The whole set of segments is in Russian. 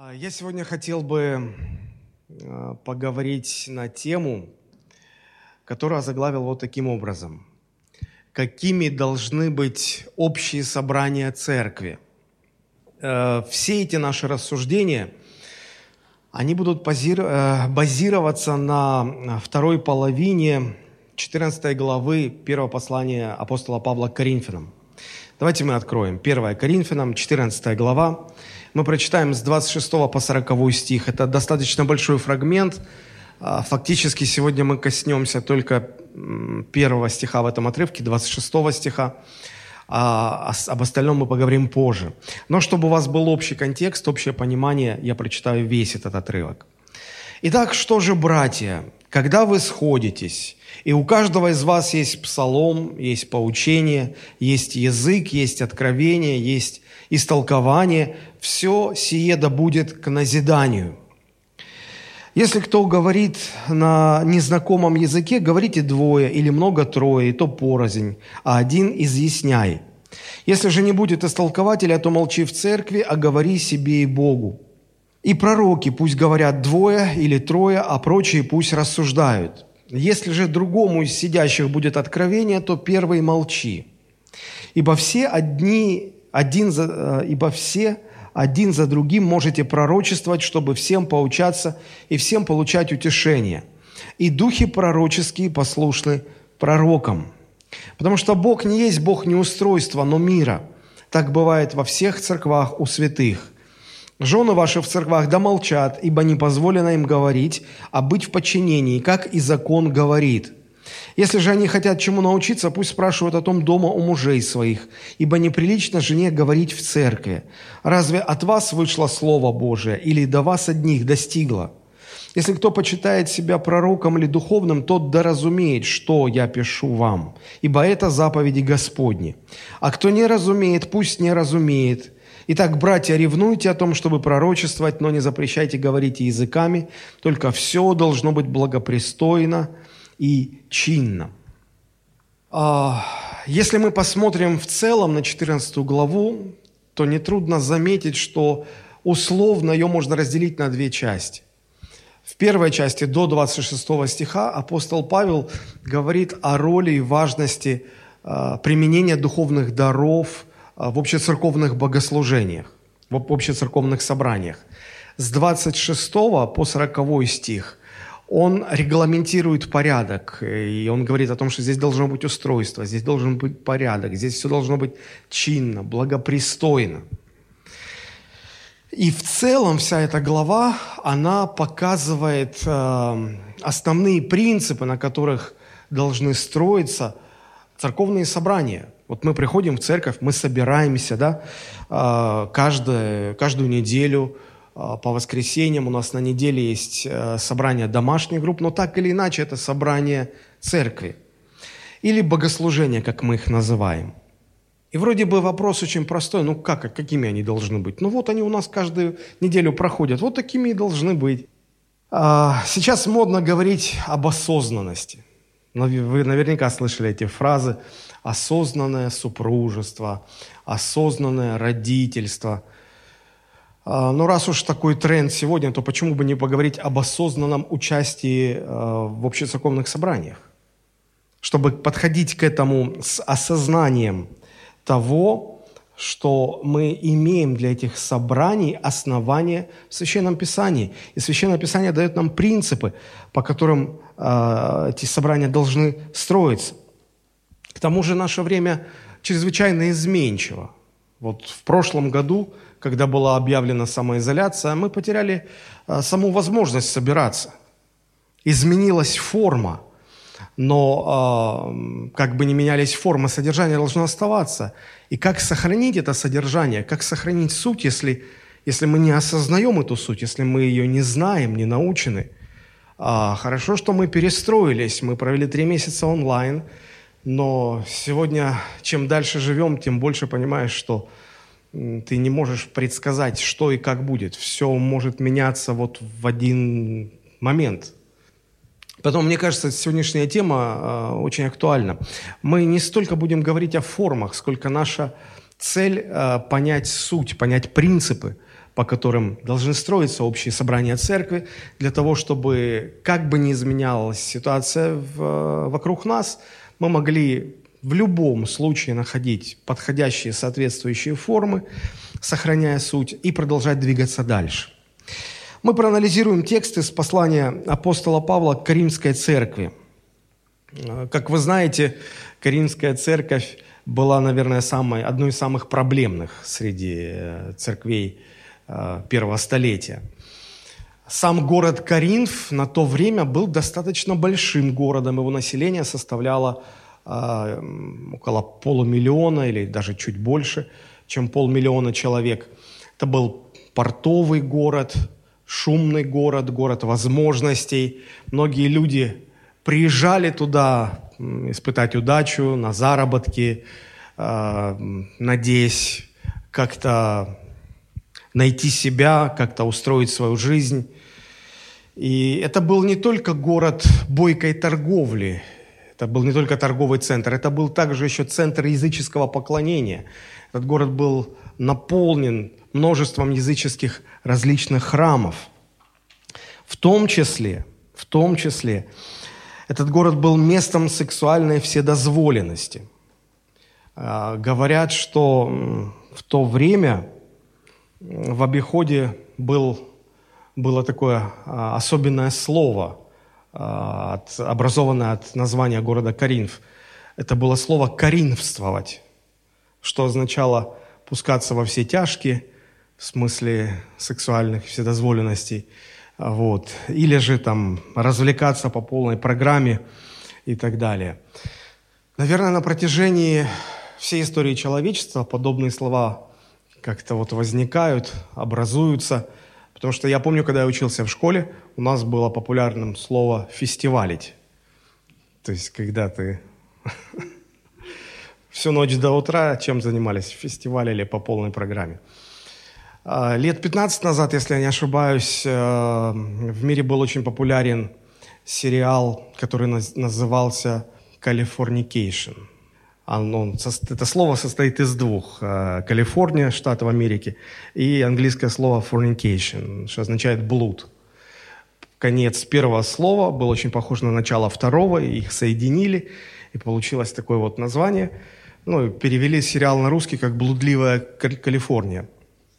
Я сегодня хотел бы поговорить на тему, которую озаглавил вот таким образом. Какими должны быть общие собрания церкви? Все эти наши рассуждения, они будут базироваться на второй половине 14 главы первого послания апостола Павла к Коринфянам. Давайте мы откроем. 1 Коринфянам, 14 глава. Мы прочитаем с 26 по 40 стих. Это достаточно большой фрагмент. Фактически сегодня мы коснемся только первого стиха в этом отрывке, 26 стиха. Об остальном мы поговорим позже. Но чтобы у вас был общий контекст, общее понимание, я прочитаю весь этот отрывок. Итак, что же, братья, когда вы сходитесь, и у каждого из вас есть псалом, есть поучение, есть язык, есть откровение, есть истолкование, все сие да будет к назиданию. Если кто говорит на незнакомом языке, говорите двое или много-трое, и то порознь, а один изъясняй. Если же не будет истолкователя, то молчи в церкви, а говори себе и Богу. И пророки пусть говорят двое или трое, а прочие пусть рассуждают. Если же другому из сидящих будет откровение, то первый молчи. Ибо все один за другим можете пророчествовать, чтобы всем поучаться и всем получать утешение. И духи пророческие послушны пророкам. Потому что Бог не есть Бог неустройства, но мира. Так бывает во всех церквах у святых. Жены ваши в церквах да молчат, ибо не позволено им говорить, а быть в подчинении, как и закон говорит. Если же они хотят чему научиться, пусть спрашивают о том дома у мужей своих, ибо неприлично жене говорить в церкви. Разве от вас вышло Слово Божие, или до вас одних достигло? Если кто почитает себя пророком или духовным, тот да разумеет, что я пишу вам, ибо это заповеди Господни. А кто не разумеет, пусть не разумеет. Итак, братья, ревнуйте о том, чтобы пророчествовать, но не запрещайте говорить языками, только все должно быть благопристойно и чинно. Если мы посмотрим в целом на 14 главу, то нетрудно заметить, что условно ее можно разделить на две части. В первой части до 26 стиха апостол Павел говорит о роли и важности применения духовных даров в общецерковных богослужениях, в общецерковных собраниях. С 26 по 40 стих он регламентирует порядок, и он говорит о том, что здесь должно быть устройство, здесь должен быть порядок, здесь все должно быть чинно, благопристойно. И в целом вся эта глава, она показывает основные принципы, на которых должны строиться церковные собрания. Вот мы приходим в церковь, мы собираемся, да, каждую неделю, по воскресеньям у нас на неделе есть собрание домашних групп, но так или иначе это собрание церкви или богослужения, как мы их называем. И вроде бы вопрос очень простой, какими они должны быть? Вот они у нас каждую неделю проходят, вот такими и должны быть. Сейчас модно говорить об осознанности. Вы наверняка слышали эти фразы: осознанное супружество, осознанное родительство. Но раз уж такой тренд сегодня, то почему бы не поговорить об осознанном участии в общецерковных собраниях? Чтобы подходить к этому с осознанием того, что мы имеем для этих собраний основания в Священном Писании. И Священное Писание дает нам принципы, по которым эти собрания должны строиться. К тому же наше время чрезвычайно изменчиво. Вот в прошлом году, когда была объявлена самоизоляция, мы потеряли саму возможность собираться. Изменилась форма, но как бы ни менялись формы, содержание должно оставаться. И как сохранить это содержание, как сохранить суть, если мы не осознаем эту суть, если мы ее не знаем, не научены? Хорошо, что мы перестроились, мы провели 3 месяца онлайн, но сегодня, чем дальше живем, тем больше понимаешь, что ты не можешь предсказать, что и как будет. Все может меняться вот в один момент. Поэтому, мне кажется, сегодняшняя тема очень актуальна. Мы не столько будем говорить о формах, сколько наша цель понять суть, понять принципы, по которым должны строиться общие собрания церкви, для того, чтобы, как бы ни изменялась ситуация вокруг нас, мы могли в любом случае находить подходящие соответствующие формы, сохраняя суть, и продолжать двигаться дальше. Мы проанализируем тексты из послания апостола Павла к Коринфской церкви. Как вы знаете, Коринфская церковь была, наверное, одной из самых проблемных среди церквей первого столетия. Сам город Коринф на то время был достаточно большим городом. Его население составляло около 500 000 или даже чуть больше, чем 500 000 человек. Это был портовый город, шумный город, город возможностей. Многие люди приезжали туда испытать удачу, на заработки, надеясь как-то найти себя, как-то устроить свою жизнь. И это был не только город бойкой торговли, это был не только торговый центр, это был также еще центр языческого поклонения. Этот город был наполнен множеством языческих различных храмов. В том числе, этот город был местом сексуальной вседозволенности. Говорят, что в то время в обиходе было такое особенное слово, образованное от названия города Коринф. Это было слово «коринфствовать», что означало пускаться во все тяжкие, в смысле сексуальных вседозволенностей, или же там развлекаться по полной программе и так далее. Наверное, на протяжении всей истории человечества подобные слова как-то возникают, образуются. Потому что я помню, когда я учился в школе, у нас было популярным слово «фестивалить». То есть, когда ты всю ночь до утра чем занимались? Фестивалили по полной программе. Лет 15 назад, если я не ошибаюсь, в мире был очень популярен сериал, который назывался «Californication». Это слово состоит из двух. Калифорния, штат в Америке, и английское слово fornication, что означает блуд. Конец первого слова был очень похож на начало второго, и их соединили, и получилось такое название. Перевели сериал на русский как «Блудливая Калифорния».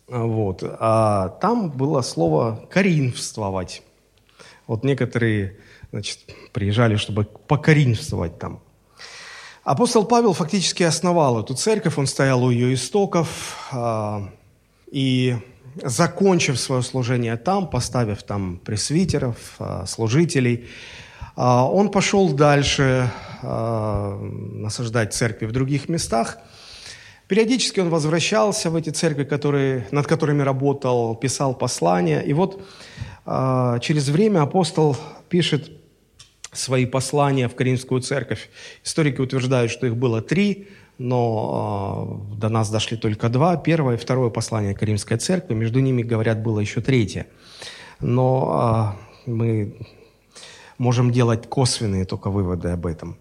А там было слово «коринфствовать». Некоторые, приезжали, чтобы покоринфствовать там. Апостол Павел фактически основал эту церковь, он стоял у ее истоков, и, закончив свое служение там, поставив там пресвитеров, служителей, он пошел дальше насаждать церкви в других местах. Периодически он возвращался в эти церкви, над которыми работал, писал послания. И через время апостол пишет свои послания в Коринфскую церковь. Историки утверждают, что их было 3, но до нас дошли только 2. Первое и второе послание Коринфской церкви. Между ними, говорят, было еще 3. Но мы можем делать косвенные только выводы об этом.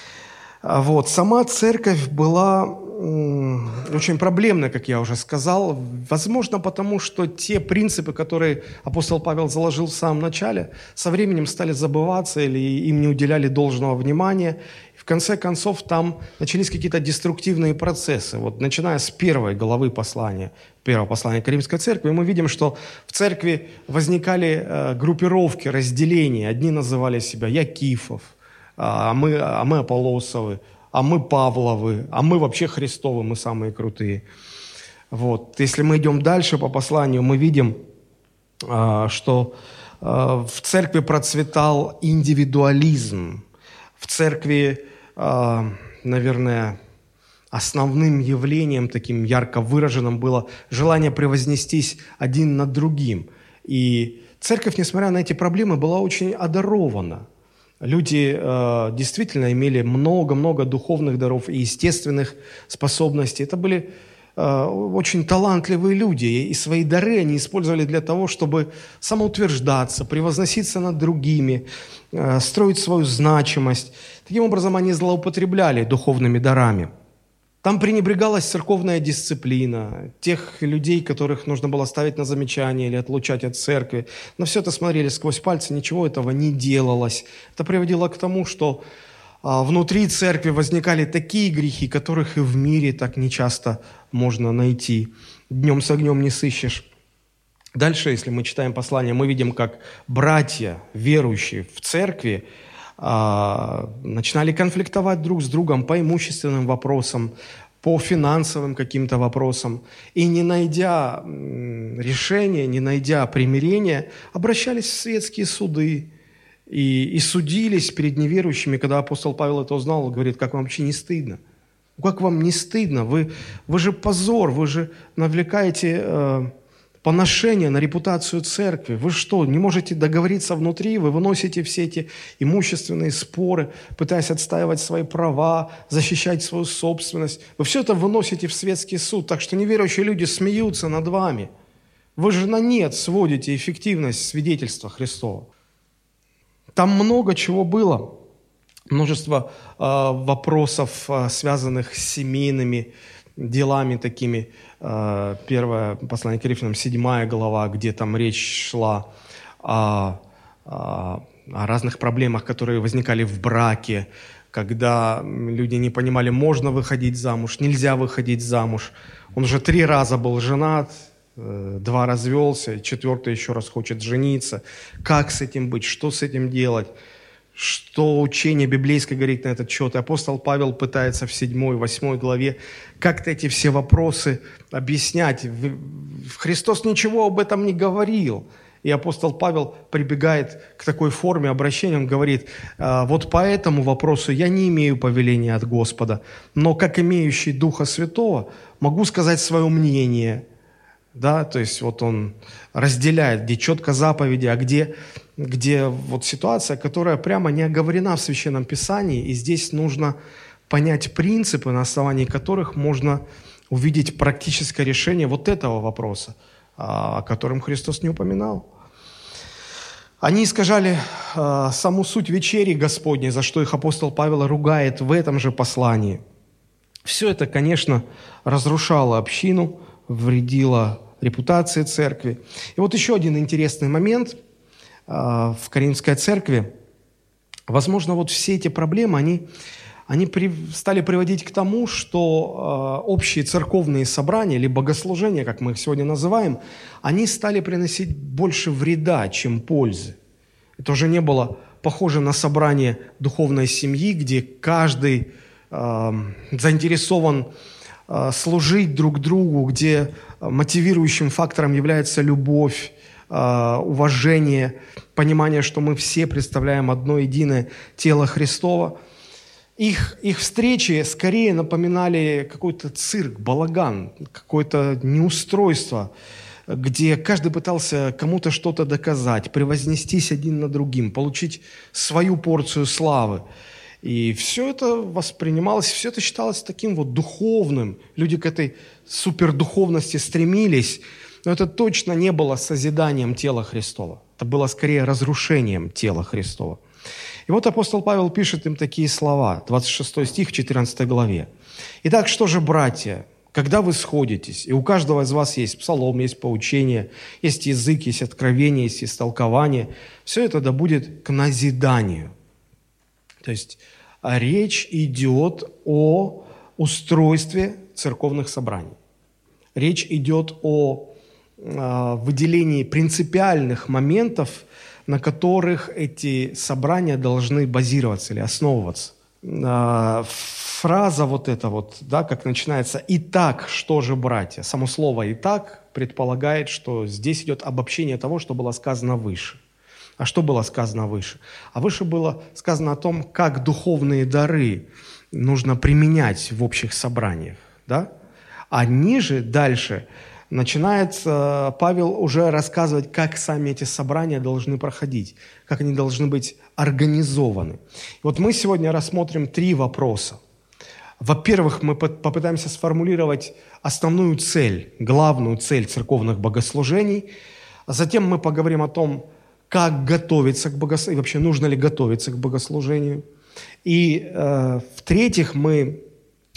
Сама церковь была очень проблемная, как я уже сказал. Возможно, потому что те принципы, которые апостол Павел заложил в самом начале, со временем стали забываться или им не уделяли должного внимания. В конце концов, там начались какие-то деструктивные процессы. Начиная с первой главы первого послания Коринфской церкви, мы видим, что в церкви возникали группировки, разделения. Одни называли себя Якифов, а мы Аполлосовы, а мы Павловы, а мы вообще Христовы, мы самые крутые. Если мы идем дальше по посланию, мы видим, что в церкви процветал индивидуализм. В церкви, наверное, основным явлением, таким ярко выраженным, было желание превознестись один над другим. И церковь, несмотря на эти проблемы, была очень одарована. Люди действительно имели много-много духовных даров и естественных способностей. Это были очень талантливые люди, и свои дары они использовали для того, чтобы самоутверждаться, превозноситься над другими, строить свою значимость. Таким образом, они злоупотребляли духовными дарами. Там пренебрегалась церковная дисциплина, тех людей, которых нужно было ставить на замечание или отлучать от церкви. На все это смотрели сквозь пальцы, ничего этого не делалось. Это приводило к тому, что внутри церкви возникали такие грехи, которых и в мире так нечасто можно найти. Днем с огнем не сыщешь. Дальше, если мы читаем послание, мы видим, как братья, верующие в церкви, начинали конфликтовать друг с другом по имущественным вопросам, по финансовым каким-то вопросам. И не найдя решения, не найдя примирения, обращались в светские суды и судились перед неверующими. Когда апостол Павел это узнал, он говорит: как вам вообще не стыдно? Как вам не стыдно? Вы же позор, вы же навлекаете поношение на репутацию церкви. Вы что, не можете договориться внутри? Вы выносите все эти имущественные споры, пытаясь отстаивать свои права, защищать свою собственность. Вы все это выносите в светский суд, так что неверующие люди смеются над вами. Вы же на нет сводите эффективность свидетельства Христова. Там много чего было. Множество вопросов, связанных с семейными делами такими. Первое послание к Коринфянам, 7 глава, где там речь шла о разных проблемах, которые возникали в браке, когда люди не понимали, можно выходить замуж, нельзя выходить замуж. Он уже 3 раза был женат, 2 развелся, 4-й еще раз хочет жениться. Как с этим быть, что с этим делать? Что учение библейское говорит на этот счет. И апостол Павел пытается в 7-8 главе как-то эти все вопросы объяснять. Христос ничего об этом не говорил. И апостол Павел прибегает к такой форме обращения. Он говорит: вот по этому вопросу я не имею повеления от Господа, но как имеющий Духа Святого могу сказать свое мнение. Да, то есть вот он разделяет, где четко заповеди, а где вот ситуация, которая прямо не оговорена в Священном Писании, и здесь нужно понять принципы, на основании которых можно увидеть практическое решение вот этого вопроса, о котором Христос не упоминал. Они искажали саму суть вечери Господней, за что их апостол Павел ругает в этом же послании. Все это, конечно, разрушало общину, вредило репутации церкви. И вот еще один интересный момент в Коринфской церкви. Возможно, вот все эти проблемы, они стали приводить к тому, что общие церковные собрания или богослужения, как мы их сегодня называем, они стали приносить больше вреда, чем пользы. Это уже не было похоже на собрание духовной семьи, где каждый заинтересован служить друг другу, где мотивирующим фактором является любовь, уважение, понимание, что мы все представляем одно единое тело Христова. Их встречи скорее напоминали какой-то цирк, балаган, какое-то неустройство, где каждый пытался кому-то что-то доказать, превознестись один над другим, получить свою порцию славы. И все это воспринималось, все это считалось таким вот духовным. Люди к этой супердуховности стремились, но это точно не было созиданием тела Христова. Это было скорее разрушением тела Христова. И вот апостол Павел пишет им такие слова, 26 стих в 14 главе. «Итак, что же, братья, когда вы сходитесь, и у каждого из вас есть псалом, есть поучение, есть язык, есть откровение, есть истолкование, все это да будет к назиданию». То есть речь идет о устройстве церковных собраний. Речь идет о выделении принципиальных моментов, на которых эти собрания должны базироваться или основываться. Фраза вот эта вот, да, как начинается «Итак, что же, братья?» Само слово «итак» предполагает, что здесь идет обобщение того, что было сказано выше. А что было сказано выше? А выше было сказано о том, как духовные дары нужно применять в общих собраниях. Да? А ниже, дальше, начинает Павел уже рассказывать, как сами эти собрания должны проходить, как они должны быть организованы. И вот мы сегодня рассмотрим 3 вопроса. Во-первых, мы попытаемся сформулировать основную цель, главную цель церковных богослужений. А затем мы поговорим о том, как готовиться к богослужению, и вообще нужно ли готовиться к богослужению. И в-третьих, мы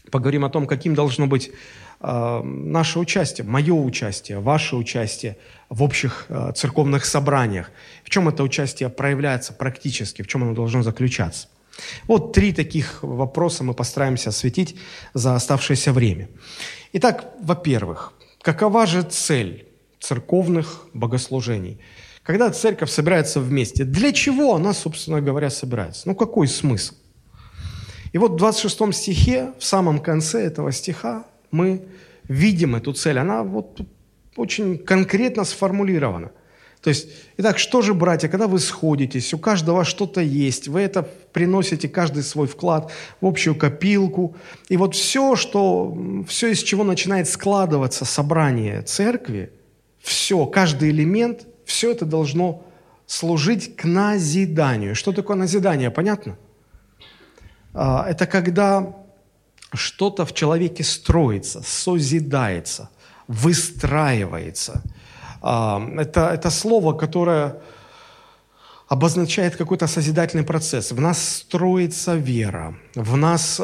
Поговорим о том, каким должно быть наше участие, мое участие, ваше участие в общих церковных собраниях. В чем это участие проявляется практически, в чем оно должно заключаться. Вот 3 таких вопроса мы постараемся осветить за оставшееся время. Итак, во-первых, какова же цель церковных богослужений? Когда церковь собирается вместе, для чего она, собственно говоря, собирается? Ну, какой смысл? И вот в 26 стихе, в самом конце этого стиха, мы видим эту цель. Она вот очень конкретно сформулирована. То есть, итак, что же, братья, когда вы сходитесь, у каждого что-то есть, вы это приносите, каждый свой вклад в общую копилку. И вот все, из чего начинает складываться собрание церкви, все, каждый элемент, все это должно служить к назиданию. Что такое назидание, понятно? Это когда что-то в человеке строится, созидается, выстраивается. Это слово, которое обозначает какой-то созидательный процесс. В нас строится вера, в нас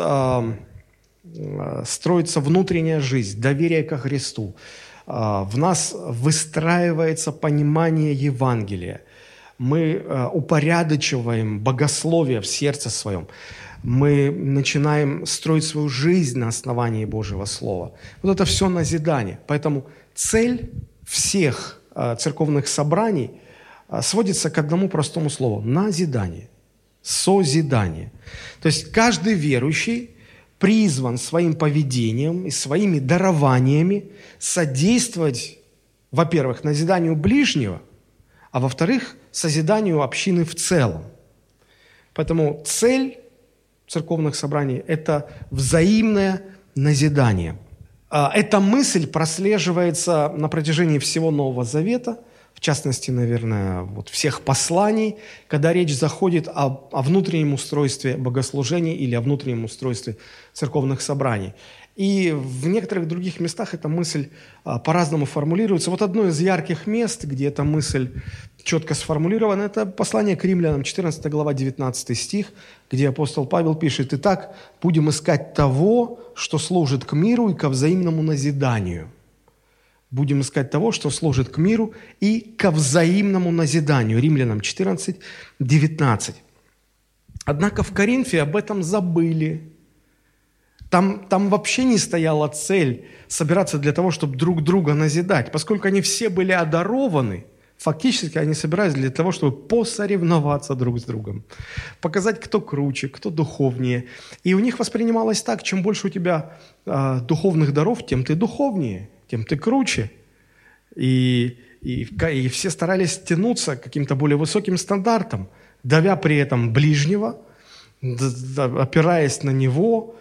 строится внутренняя жизнь, доверие ко Христу, в нас выстраивается понимание Евангелия. Мы упорядочиваем богословие в сердце своем. Мы начинаем строить свою жизнь на основании Божьего Слова. Вот это все назидание. Поэтому цель всех церковных собраний сводится к одному простому слову – назидание, созидание. То есть каждый верующий призван своим поведением и своими дарованиями содействовать, во-первых, назиданию ближнего, а во-вторых, созиданию общины в целом. Поэтому цель церковных собраний – это взаимное назидание. Эта мысль прослеживается на протяжении всего Нового Завета, в частности, наверное, вот всех посланий, когда речь заходит о внутреннем устройстве богослужений или о внутреннем устройстве церковных собраний. И в некоторых других местах эта мысль по-разному формулируется. Вот одно из ярких мест, где эта мысль четко сформулирована, это послание к римлянам, 14 глава, 19 стих, где апостол Павел пишет: «Итак, будем искать того, что служит к миру и ко взаимному назиданию». Будем искать того, что служит к миру и ко взаимному назиданию. Римлянам 14, 19. Однако в Коринфе об этом забыли. Там вообще не стояла цель собираться для того, чтобы друг друга назидать. Поскольку они все были одарованы, фактически они собирались для того, чтобы посоревноваться друг с другом. Показать, кто круче, кто духовнее. И у них воспринималось так: чем больше у тебя духовных даров, тем ты духовнее, тем ты круче. И все старались тянуться к каким-то более высоким стандартам, давя при этом ближнего, опираясь на него,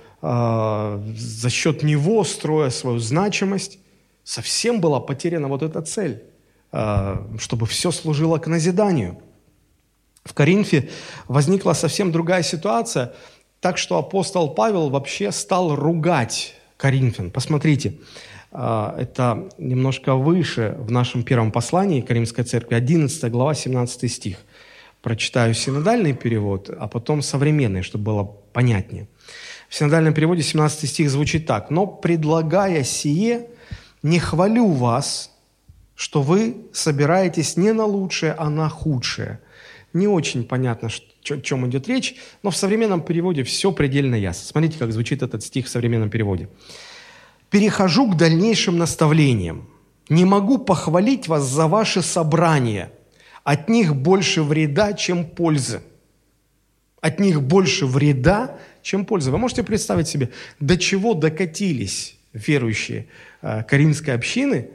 за счет него строя свою значимость. Совсем была потеряна вот эта цель, чтобы все служило к назиданию. В Коринфе возникла совсем другая ситуация, так что апостол Павел вообще стал ругать коринфян. Посмотрите, это немножко выше в нашем первом послании к Римской церкви, 11 глава, 17 стих. Прочитаю синодальный перевод, а потом современный, чтобы было понятнее. В синодальном переводе 17 стих звучит так: «Но, предлагая сие, не хвалю вас, что вы собираетесь не на лучшее, а на худшее». Не очень понятно, о чем идет речь, но в современном переводе все предельно ясно. Смотрите, как звучит этот стих в современном переводе. «Перехожу к дальнейшим наставлениям. Не могу похвалить вас за ваши собрания. От них больше вреда, чем пользы». От них больше вреда, чем пользы. Вы можете представить себе, до чего докатились верующие коринфской общины,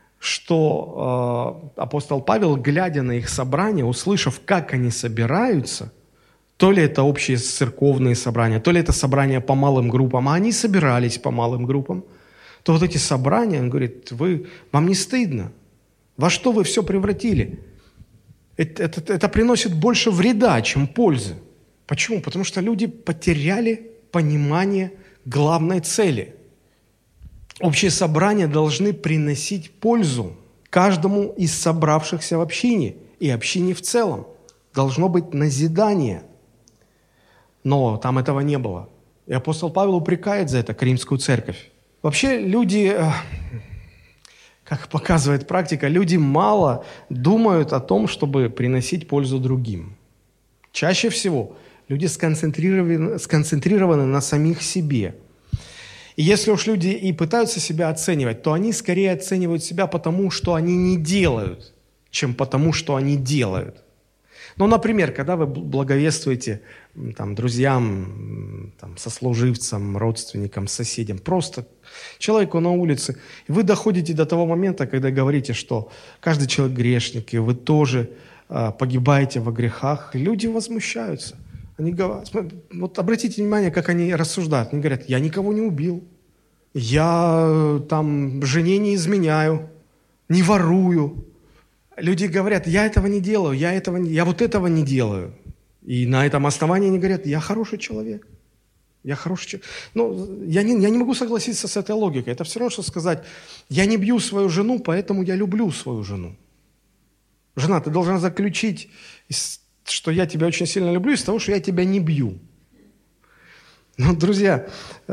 что апостол Павел, глядя на их собрания, услышав, как они собираются, то ли это общие церковные собрания, то ли это собрания по малым группам, а они собирались по малым группам, то вот эти собрания, он говорит: вам не стыдно? Во что вы все превратили? Это приносит больше вреда, чем пользы. Почему? Потому что люди потеряли понимание главной цели. Общие собрания должны приносить пользу каждому из собравшихся в общине и общине в целом. Должно быть назидание. Но там этого не было. И апостол Павел упрекает за это Коринфскую церковь. Вообще люди, как показывает практика, люди мало думают о том, чтобы приносить пользу другим. Чаще всего люди сконцентрированы на самих себе. И если уж люди и пытаются себя оценивать, то они скорее оценивают себя потому, что они не делают, чем потому, что они делают. Ну, например, когда вы благовествуете друзьям, сослуживцам, родственникам, соседям, просто человеку на улице, и вы доходите до того момента, когда говорите, что каждый человек грешник, и вы тоже погибаете во грехах, и люди возмущаются. Они говорят, вот обратите внимание, как они рассуждают. Они говорят, я никого не убил, я жене не изменяю, не ворую. Люди говорят, я этого не делаю, я вот этого не делаю. И на этом основании они говорят, я хороший человек. Я хороший человек. Ну, я не могу согласиться с этой логикой. Это все равно, что сказать, я не бью свою жену, поэтому я люблю свою жену. Жена, ты должна заключить, что я тебя очень сильно люблю, из того, что я тебя не бью. Но, друзья,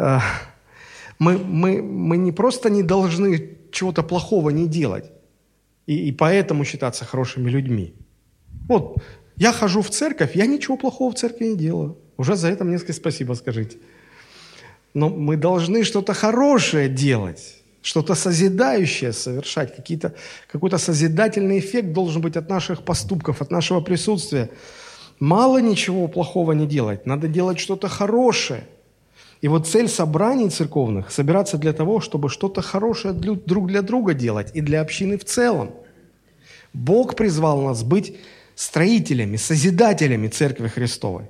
мы не просто не должны чего-то плохого не делать, и поэтому считаться хорошими людьми. Вот, я хожу в церковь, я ничего плохого в церкви не делаю. Уже за это мне спасибо скажите. Но мы должны что-то хорошее делать, что-то созидающее совершать, какой-то созидательный эффект должен быть от наших поступков, от нашего присутствия. Мало ничего плохого не делать, надо делать что-то хорошее. И вот цель собраний церковных – собираться для того, чтобы что-то хорошее друг для друга делать и для общины в целом. Бог призвал нас быть строителями, созидателями Церкви Христовой.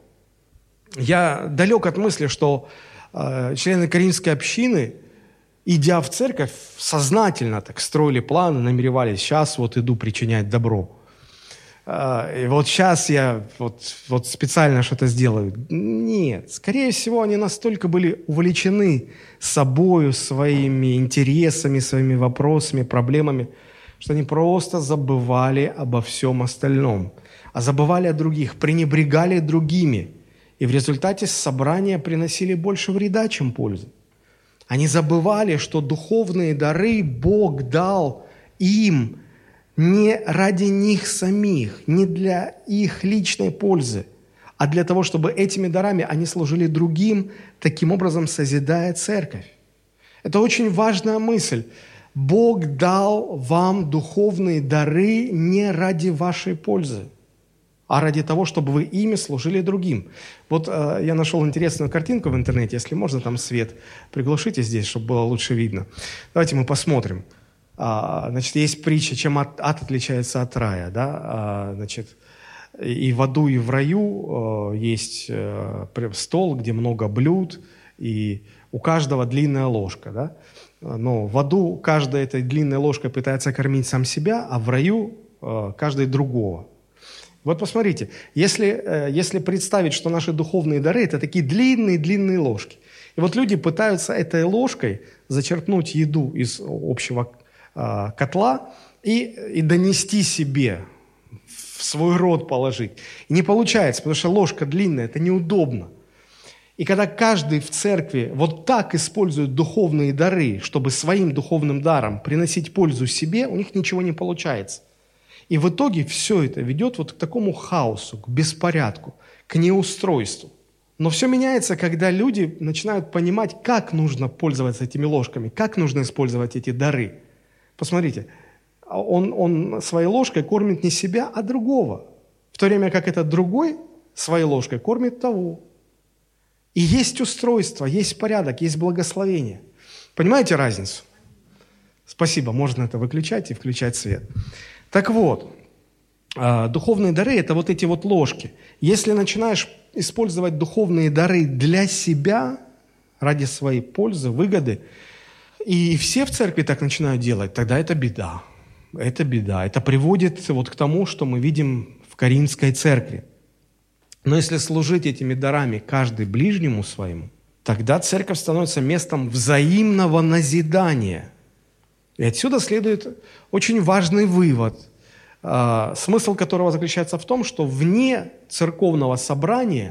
Я далек от мысли, что члены Коринфской общины, идя в церковь, сознательно так строили планы, намеревались, сейчас вот иду причинять добро. И вот сейчас я вот специально что-то сделаю. Нет, скорее всего, они настолько были увлечены собою, своими интересами, своими вопросами, проблемами, что они просто забывали обо всем остальном, а забывали о других, пренебрегали другими. И в результате собрания приносили больше вреда, чем пользы. Они забывали, что духовные дары Бог дал им не ради них самих, не для их личной пользы, а для того, чтобы этими дарами они служили другим, таким образом созидая церковь. Это очень важная мысль. Бог дал вам духовные дары не ради вашей пользы, а ради того, чтобы вы ими служили другим. Вот я нашел интересную картинку в интернете, если можно, там свет приглушите здесь, чтобы было лучше видно. Давайте мы посмотрим. Значит, есть притча, чем ад отличается от рая. Да? Значит, и в аду, и в раю есть стол, где много блюд, и у каждого длинная ложка. Да? Но в аду каждая этой длинной ложкой пытается кормить сам себя, а в раю каждый другого. Вот посмотрите, если представить, что наши духовные дары – это такие длинные-длинные ложки, и вот люди пытаются этой ложкой зачерпнуть еду из общего котла и донести себе, в свой рот положить. И не получается, потому что ложка длинная, это неудобно. И когда каждый в церкви вот так использует духовные дары, чтобы своим духовным даром приносить пользу себе, у них ничего не получается. И в итоге все это ведет вот к такому хаосу, к беспорядку, к неустройству. Но все меняется, когда люди начинают понимать, как нужно пользоваться этими ложками, как нужно использовать эти дары. Посмотрите, он своей ложкой кормит не себя, а другого, в то время как этот другой своей ложкой кормит того. И есть устройство, есть порядок, есть благословение. Понимаете разницу? Спасибо, можно это выключать и включать свет. Так вот, духовные дары – это вот эти вот ложки. Если начинаешь использовать духовные дары для себя, ради своей пользы, выгоды, и все в церкви так начинают делать, тогда это беда. Это беда. Это приводит вот к тому, что мы видим в Коринфской церкви. Но если служить этими дарами каждый ближнему своему, тогда церковь становится местом взаимного назидания. И отсюда следует очень важный вывод, смысл которого заключается в том, что вне церковного собрания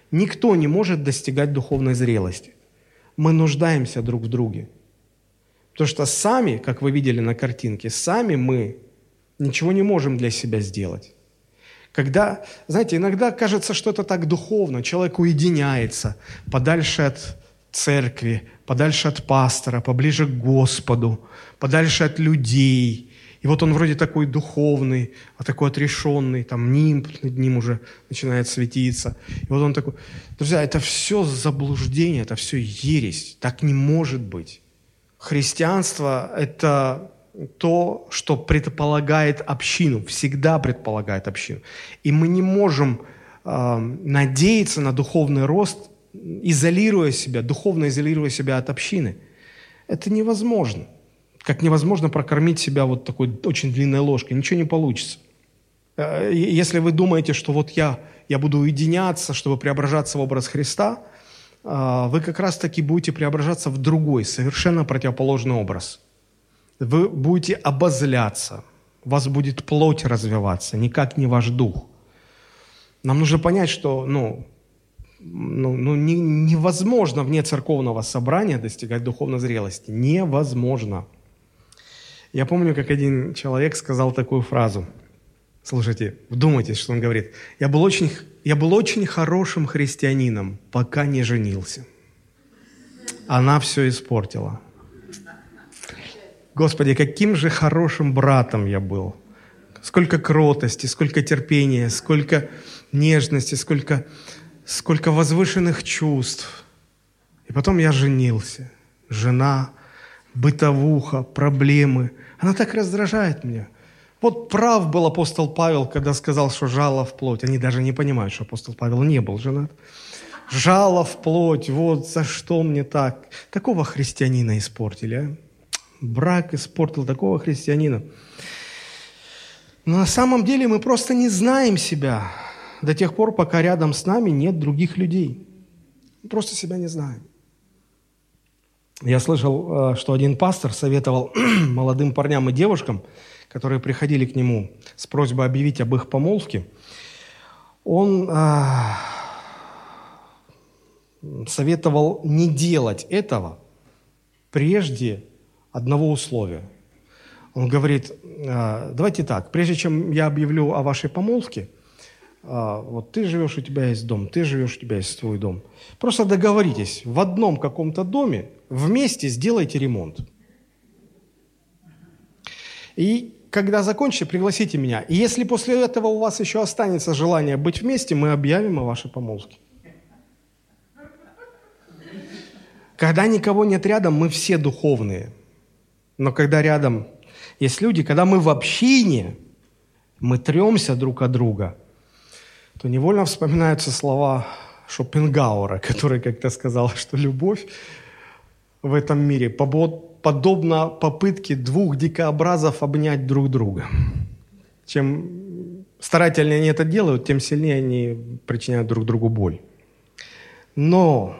никто не может достигать духовной зрелости. Мы нуждаемся друг в друге. Потому что сами, как вы видели на картинке, сами мы ничего не можем для себя сделать. Когда, знаете, иногда кажется, что это так духовно, человек уединяется подальше от церкви, подальше от пастора, поближе к Господу, подальше от людей. И вот он вроде такой духовный, а такой отрешенный, там нимб над ним уже начинает светиться. И вот он такой... Друзья, это все заблуждение, это все ересь. Так не может быть. Христианство – это то, что предполагает общину, всегда предполагает общину. И мы не можем надеяться на духовный рост, духовно изолируя себя от общины. Это невозможно. Как невозможно прокормить себя вот такой очень длинной ложкой. Ничего не получится. Если вы думаете, что вот я буду уединяться, чтобы преображаться в образ Христа, вы как раз-таки будете преображаться в другой, совершенно противоположный образ. Вы будете обозляться, у вас будет плоть развиваться, никак не ваш дух. Нам нужно понять, что невозможно вне церковного собрания достигать духовной зрелости. Невозможно. Я помню, как один человек сказал такую фразу. Слушайте, вдумайтесь, что он говорит. Я был очень хорошим христианином, пока не женился. Она все испортила. Господи, каким же хорошим братом я был. Сколько кротости, сколько терпения, сколько нежности, сколько возвышенных чувств. И потом я женился. Жена, бытовуха, проблемы. Она так раздражает меня. Вот прав был апостол Павел, когда сказал, что жало в плоть. Они даже не понимают, что апостол Павел не был женат. Жало в плоть, вот за что мне так? Такого христианина испортили, а? Брак испортил такого христианина. Но на самом деле мы просто не знаем себя до тех пор, пока рядом с нами нет других людей. Мы просто себя не знаем. Я слышал, что один пастор советовал молодым парням и девушкам, которые приходили к нему с просьбой объявить об их помолвке, он советовал не делать этого прежде одного условия. Он говорит, давайте так, прежде чем я объявлю о вашей помолвке, вот ты живешь, у тебя есть дом, ты живешь, у тебя есть твой дом. Просто договоритесь, в одном каком-то доме вместе сделайте ремонт. И когда закончите, пригласите меня. И если после этого у вас еще останется желание быть вместе, мы объявим о вашей помолвке. Когда никого нет рядом, мы все духовные. Но когда рядом есть люди, когда мы в общине, мы тремся друг от друга, то невольно вспоминаются слова Шопенгауэра, который как-то сказал, что любовь в этом мире подобна попытке двух дикобразов обнять друг друга. Чем старательнее они это делают, тем сильнее они причиняют друг другу боль. Но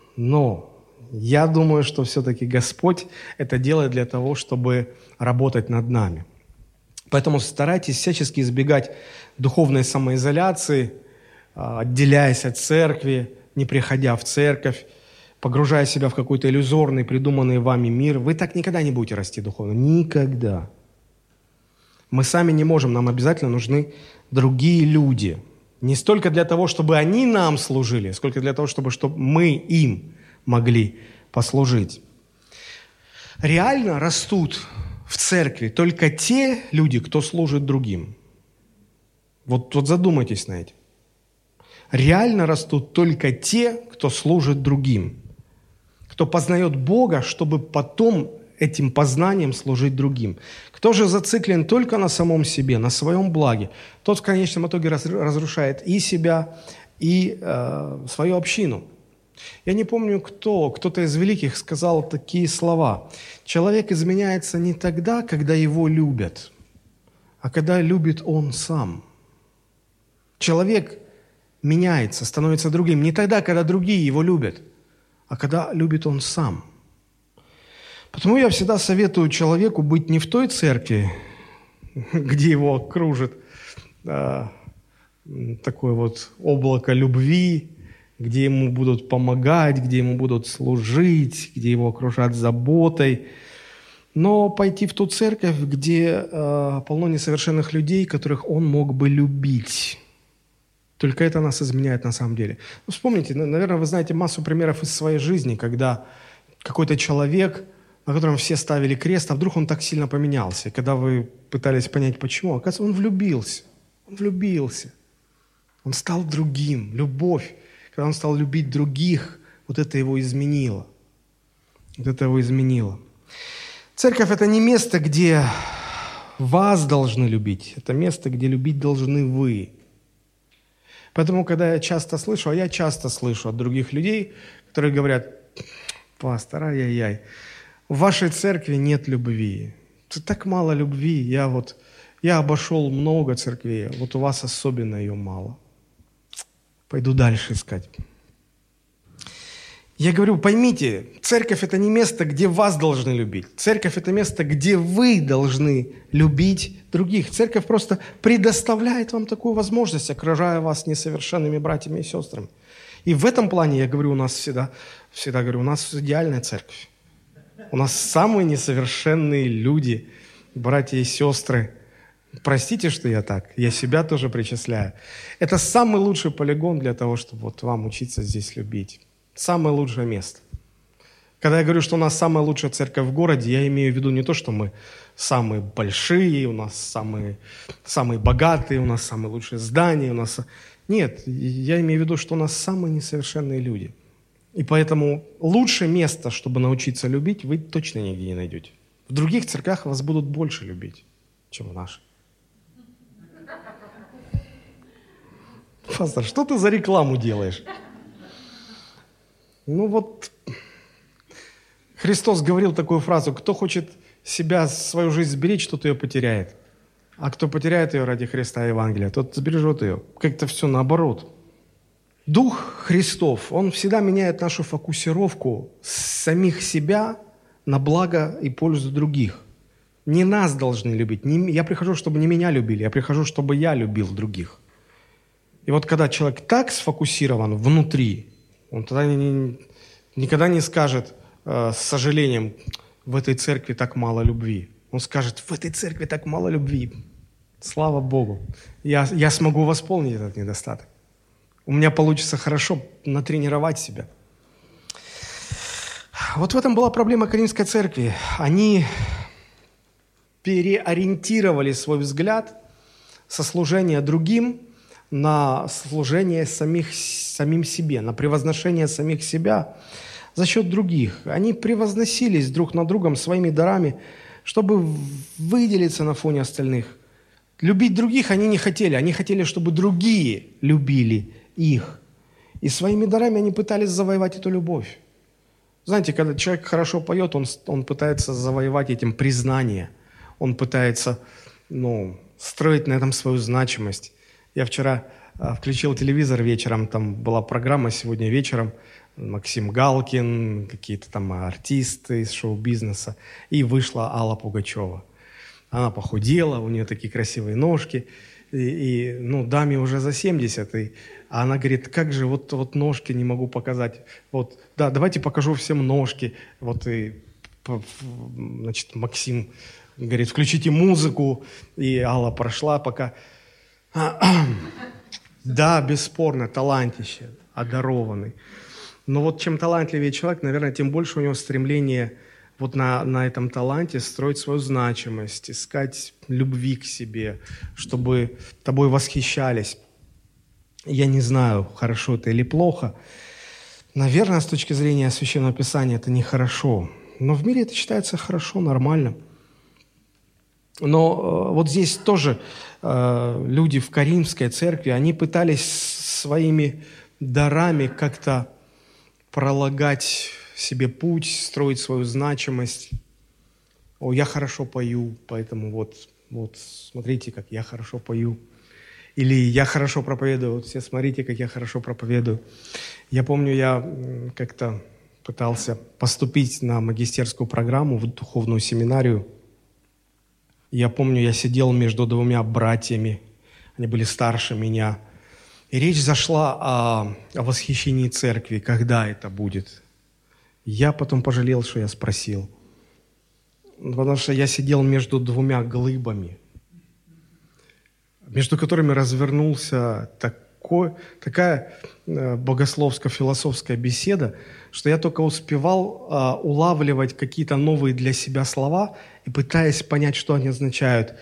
я думаю, что все-таки Господь это делает для того, чтобы работать над нами. Поэтому старайтесь всячески избегать духовной самоизоляции, отделяясь от церкви, не приходя в церковь, погружая себя в какой-то иллюзорный, придуманный вами мир. Вы так никогда не будете расти духовно. Никогда. Мы сами не можем, нам обязательно нужны другие люди. Не столько для того, чтобы они нам служили, сколько для того, чтобы мы им могли послужить. Реально растут в церкви только те люди, кто служит другим. Вот задумайтесь на этим. Реально растут только те, кто служит другим. Кто познает Бога, чтобы потом этим познанием служить другим. Кто же зациклен только на самом себе, на своем благе, тот в конечном итоге разрушает и себя, и свою общину. Я не помню, кто-то из великих сказал такие слова. Человек изменяется не тогда, когда его любят, а когда любит он сам. Человек меняется, становится другим не тогда, когда другие его любят, а когда любит он сам. Потому я всегда советую человеку быть не в той церкви, где его окружит такое вот облако любви, где ему будут помогать, где ему будут служить, где его окружат заботой. Но пойти в ту церковь, где полно несовершенных людей, которых он мог бы любить. Только это нас изменяет на самом деле. Ну, вспомните, наверное, вы знаете массу примеров из своей жизни, когда какой-то человек, на котором все ставили крест, а вдруг он так сильно поменялся. И когда вы пытались понять, почему, оказывается, он влюбился. Он влюбился. Он стал другим. Любовь, когда он стал любить других, вот это его изменило. Вот это его изменило. Церковь – это не место, где вас должны любить. Это место, где любить должны вы. Поэтому, когда я часто слышу, а я часто слышу от других людей, которые говорят: пастор, ай-яй-яй, в вашей церкви нет любви. Тут так мало любви. Я обошел много церквей, вот у вас особенно ее мало. Пойду дальше искать. Я говорю, поймите, церковь – это не место, где вас должны любить. Церковь – это место, где вы должны любить других. Церковь просто предоставляет вам такую возможность, окружая вас несовершенными братьями и сестрами. И в этом плане, я говорю, у нас всегда говорю, у нас идеальная церковь. У нас самые несовершенные люди, братья и сестры. Простите, что я так, я себя тоже причисляю. Это самый лучший полигон для того, чтобы вот вам учиться здесь любить. Самое лучшее место. Когда я говорю, что у нас самая лучшая церковь в городе, я имею в виду не то, что мы самые большие, у нас самые богатые, у нас самые лучшие здания. Нет, я имею в виду, что у нас самые несовершенные люди. И поэтому лучшее место, чтобы научиться любить, вы точно нигде не найдете. В других церквях вас будут больше любить, чем в нашей. Пастор, что ты за рекламу делаешь? Ну вот, Христос говорил такую фразу: кто хочет свою жизнь сберечь, тот ее потеряет. А кто потеряет ее ради Христа и Евангелия, тот сбережет ее. Как-то все наоборот. Дух Христов, он всегда меняет нашу фокусировку с самих себя на благо и пользу других. Не нас должны любить. Я прихожу, чтобы не меня любили, я прихожу, чтобы я любил других. И вот когда человек так сфокусирован внутри, он тогда никогда не скажет с сожалением: в этой церкви так мало любви. Он скажет: в этой церкви так мало любви. Слава Богу. Я смогу восполнить этот недостаток. У меня получится хорошо натренировать себя. Вот в этом была проблема Коринфской церкви. Они переориентировали свой взгляд со служения другим на служение самим себе, на превозношение самих себя за счет других. Они превозносились друг над другом своими дарами, чтобы выделиться на фоне остальных. Любить других они не хотели. Они хотели, чтобы другие любили их. И своими дарами они пытались завоевать эту любовь. Знаете, когда человек хорошо поет, он пытается завоевать этим признание. Он пытается строить на этом свою значимость. Я вчера включил телевизор вечером, там была программа сегодня вечером, Максим Галкин, какие-то там артисты из шоу-бизнеса, и вышла Алла Пугачева. Она похудела, у нее такие красивые ножки, и даме уже за 70, а она говорит: как же, вот ножки не могу показать. Вот, да, давайте покажу всем ножки. Вот и, значит, Максим говорит: включите музыку, и Алла прошла пока. Да, бесспорно, талантище, одарованный. Но вот чем талантливее человек, наверное, тем больше у него стремление вот на этом таланте строить свою значимость, искать любви к себе, чтобы тобой восхищались. Я не знаю, хорошо это или плохо. Наверное, с точки зрения Священного Писания это нехорошо. Но в мире это считается хорошо, нормально. Но вот здесь тоже люди в Коринфской церкви, они пытались своими дарами как-то пролагать себе путь, строить свою значимость. О, я хорошо пою, поэтому вот смотрите, как я хорошо пою. Или я хорошо проповедую, вот все смотрите, как я хорошо проповедую. Я помню, я как-то пытался поступить на магистерскую программу в духовную семинарию. Я помню, я сидел между двумя братьями, они были старше меня. И речь зашла о восхищении церкви, когда это будет. Я потом пожалел, что я спросил. Потому что я сидел между двумя глыбами, между которыми развернулся такая богословско-философская беседа, что я только успевал улавливать какие-то новые для себя слова и пытаясь понять, что они означают.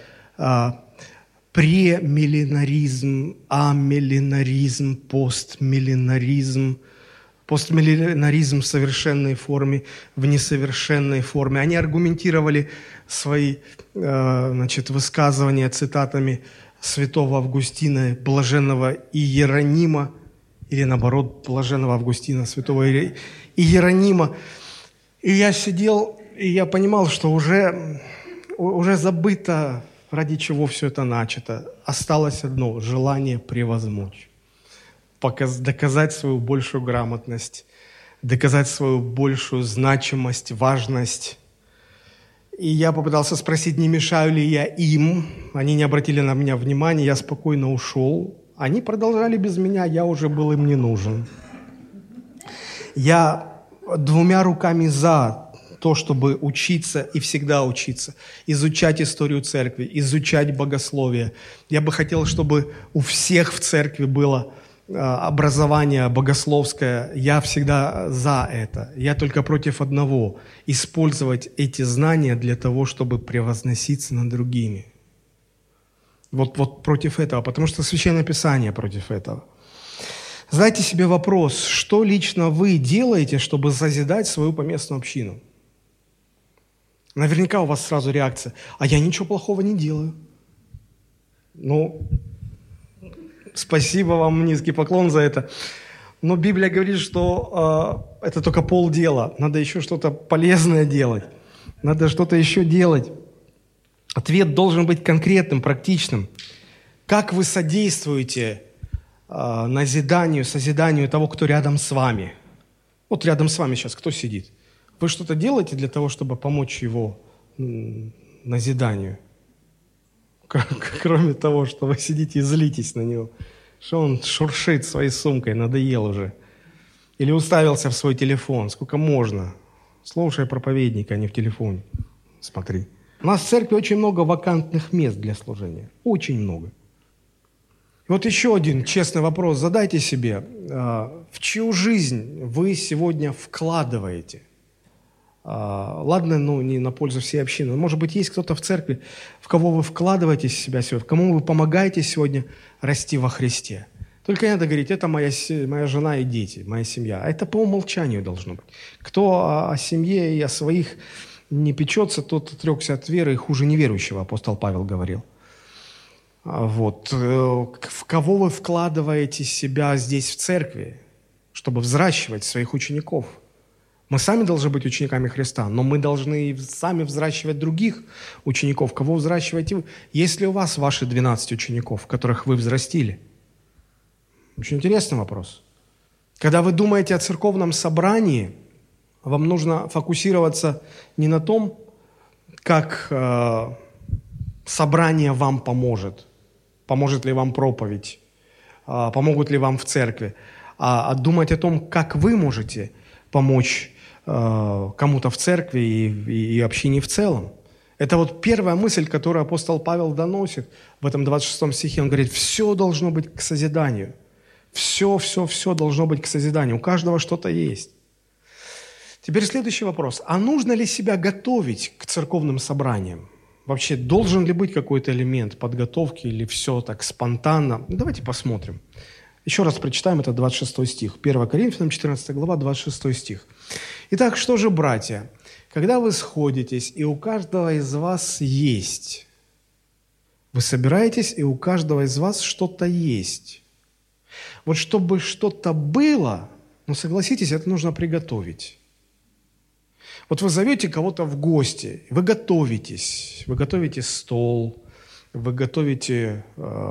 Премиллинаризм, амиллинаризм, постмиллинаризм, постмиллинаризм в совершенной форме, в несовершенной форме. Они аргументировали свои высказывания цитатами святого Августина, блаженного Иеронима, или наоборот, блаженного Августина, святого Иеронима. И я сидел, и я понимал, что уже забыто, ради чего все это начато. Осталось одно – желание превозмочь, доказать свою большую грамотность, доказать свою большую значимость, важность. И я попытался спросить, не мешаю ли я им. Они не обратили на меня внимания, я спокойно ушел. Они продолжали без меня, я уже был им не нужен. Я двумя руками за то, чтобы учиться и всегда учиться, изучать историю церкви, изучать богословие. Я бы хотел, чтобы у всех в церкви было образование богословское. Я всегда за это. Я только против одного – использовать эти знания для того, чтобы превозноситься над другими. Вот против этого, потому что Священное Писание против этого. Задайте себе вопрос, что лично вы делаете, чтобы созидать свою поместную общину? Наверняка у вас сразу реакция: а я ничего плохого не делаю. Спасибо вам, низкий поклон за это. Но Библия говорит, что это только полдела. Надо еще что-то полезное делать. Надо что-то еще делать. Ответ должен быть конкретным, практичным. Как вы содействуете назиданию, созиданию того, кто рядом с вами? Вот рядом с вами сейчас кто сидит? Вы что-то делаете для того, чтобы помочь его назиданию? Кроме того, что вы сидите и злитесь на него. Что он шуршит своей сумкой, надоел уже. Или уставился в свой телефон. Сколько можно? Слушай проповедника, а не в телефоне. Смотри. У нас в церкви очень много вакантных мест для служения. Очень много. И вот еще один честный вопрос. Задайте себе, в чью жизнь вы сегодня вкладываете? Ладно, не на пользу всей общины. Может быть, есть кто-то в церкви, в кого вы вкладываете себя сегодня, кому вы помогаете сегодня расти во Христе. Только не надо говорить, это моя жена и дети, моя семья. А это по умолчанию должно быть. Кто о семье и о своих не печется, тот отрекся от веры и хуже неверующего, апостол Павел говорил. Вот. В кого вы вкладываете себя здесь в церкви, чтобы взращивать своих учеников? Мы сами должны быть учениками Христа, но мы должны сами взращивать других учеников. Кого взращиваете вы? Есть ли у вас ваши 12 учеников, которых вы взрастили? Очень интересный вопрос. Когда вы думаете о церковном собрании, вам нужно фокусироваться не на том, как собрание вам поможет ли вам проповедь, помогут ли вам в церкви, а думать о том, как вы можете помочь кому-то в церкви и общине в целом. Это вот первая мысль, которую апостол Павел доносит в этом 26 стихе. Он говорит, все должно быть к созиданию. Все должно быть к созиданию. У каждого что-то есть. Теперь следующий вопрос. А нужно ли себя готовить к церковным собраниям? Вообще, должен ли быть какой-то элемент подготовки или все так спонтанно? Давайте посмотрим. Еще раз прочитаем, это 26 стих. 1 Коринфянам, 14 глава, 26 стих. Итак, что же, братья, когда вы сходитесь, и у каждого из вас есть, вы собираетесь, и у каждого из вас что-то есть. Вот чтобы что-то было, согласитесь, это нужно приготовить. Вот вы зовете кого-то в гости, вы готовите стол, вы готовите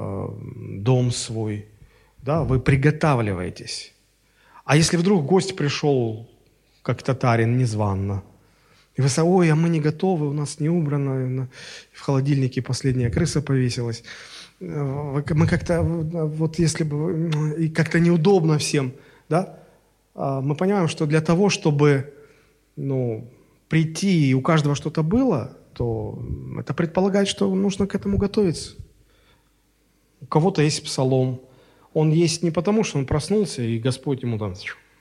дом свой, да, вы приготавливаетесь. А если вдруг гость пришел, как татарин, незванно, и вы сказали, а мы не готовы, у нас не убрано, в холодильнике последняя крыса повесилась, Мы как-то, вот если бы, и как-то неудобно всем, да, мы понимаем, что для того, чтобы, прийти и у каждого что-то было, то это предполагает, что нужно к этому готовиться. У кого-то есть псалом. Он есть не потому, что он проснулся, и Господь ему там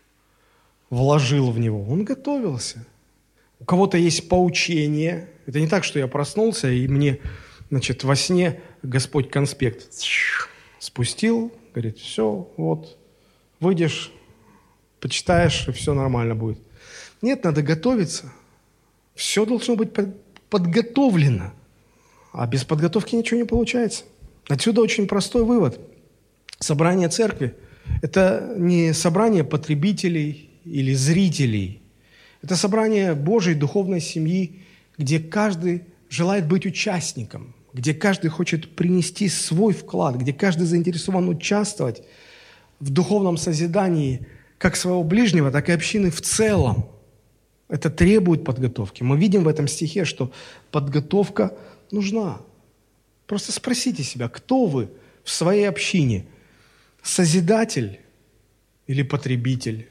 вложил в него. Он готовился. У кого-то есть поучение. Это не так, что я проснулся, и мне, во сне Господь конспект спустил, говорит, все, вот, выйдешь, почитаешь, и все нормально будет. Нет, надо готовиться. Все должно быть подготовлено. А без подготовки ничего не получается. Отсюда очень простой вывод. Собрание церкви – это не собрание потребителей или зрителей. Это собрание Божьей духовной семьи, где каждый желает быть участником, где каждый хочет принести свой вклад, где каждый заинтересован участвовать в духовном созидании как своего ближнего, так и общины в целом. Это требует подготовки. Мы видим в этом стихе, что подготовка нужна. Просто спросите себя, кто вы в своей общине? Созидатель или потребитель?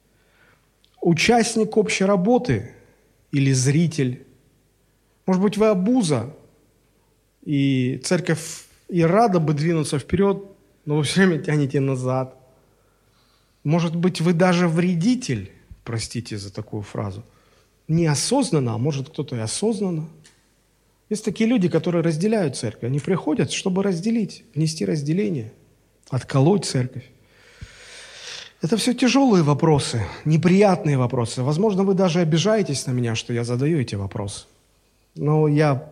Участник общей работы или зритель? Может быть, вы обуза, и церковь и рада бы двинуться вперед, но вы все время тянете назад. Может быть, вы даже вредитель, простите за такую фразу, неосознанно, а может кто-то и осознанно. Есть такие люди, которые разделяют церковь. Они приходят, чтобы разделить, внести разделение, отколоть церковь. Это все тяжелые вопросы, неприятные вопросы. Возможно, вы даже обижаетесь на меня, что я задаю эти вопросы. Но я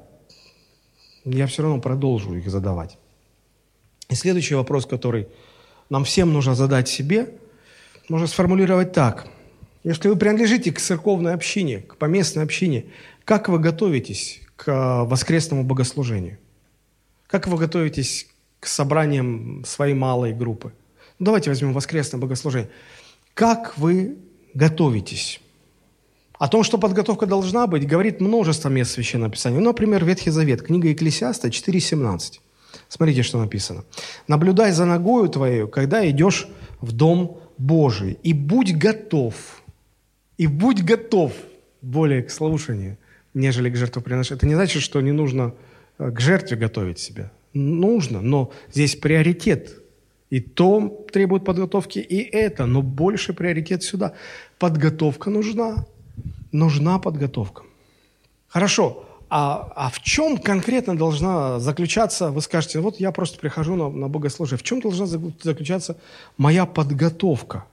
все равно продолжу их задавать. И следующий вопрос, который нам всем нужно задать себе, можно сформулировать так. Если вы принадлежите к церковной общине, к поместной общине, как вы готовитесь к воскресному богослужению? Как вы готовитесь к собраниям своей малой группы? Давайте возьмем воскресное богослужение. Как вы готовитесь? О том, что подготовка должна быть, говорит множество мест Священного Писания. Например, Ветхий Завет, книга Екклесиаста 4:17. Смотрите, что написано. «Наблюдай за ногою твоею, когда идешь в дом Божий, и будь готов». И будь готов более к слушанию, нежели к жертвоприношению. Это не значит, что не нужно к жертве готовить себя. Нужно, но здесь приоритет. И то требует подготовки, и это, но больше приоритет сюда. Подготовка нужна. Нужна подготовка. Хорошо, а в чем конкретно должна заключаться, вы скажете, вот я просто прихожу на богослужение, в чем должна заключаться моя подготовка?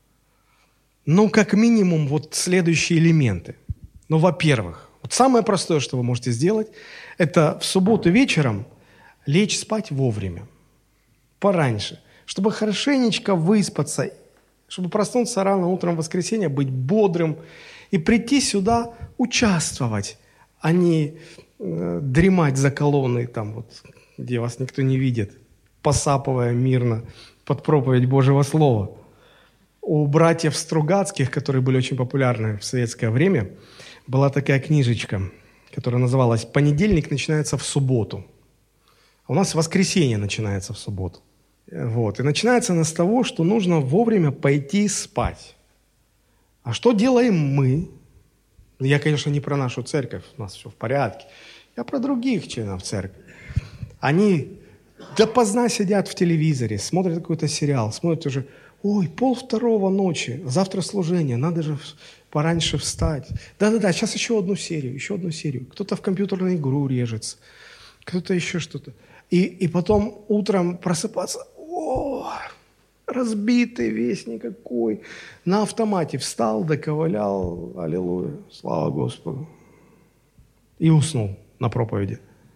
Как минимум, вот следующие элементы. Во-первых, вот самое простое, что вы можете сделать, это в субботу вечером лечь спать вовремя, пораньше, чтобы хорошенечко выспаться, чтобы проснуться рано утром в воскресенье, быть бодрым и прийти сюда участвовать, а не дремать за колонной, где вас никто не видит, посапывая мирно под проповедь Божьего Слова. У братьев Стругацких, которые были очень популярны в советское время, была такая книжечка, которая называлась «Понедельник начинается в субботу». А у нас воскресенье начинается в субботу. И начинается она с того, что нужно вовремя пойти спать. А что делаем мы? Я, конечно, не про нашу церковь, у нас все в порядке. Я про других членов церкви. Они допоздна сидят в телевизоре, смотрят какой-то сериал, смотрят уже... Ой, 1:30 ночи, завтра служение, надо же пораньше встать. Да-да-да, сейчас еще одну серию. Кто-то в компьютерную игру режется, кто-то еще что-то. И потом утром просыпаться, разбитый весь никакой, на автомате встал, доковылял, аллилуйя, слава Господу, и уснул на проповеди.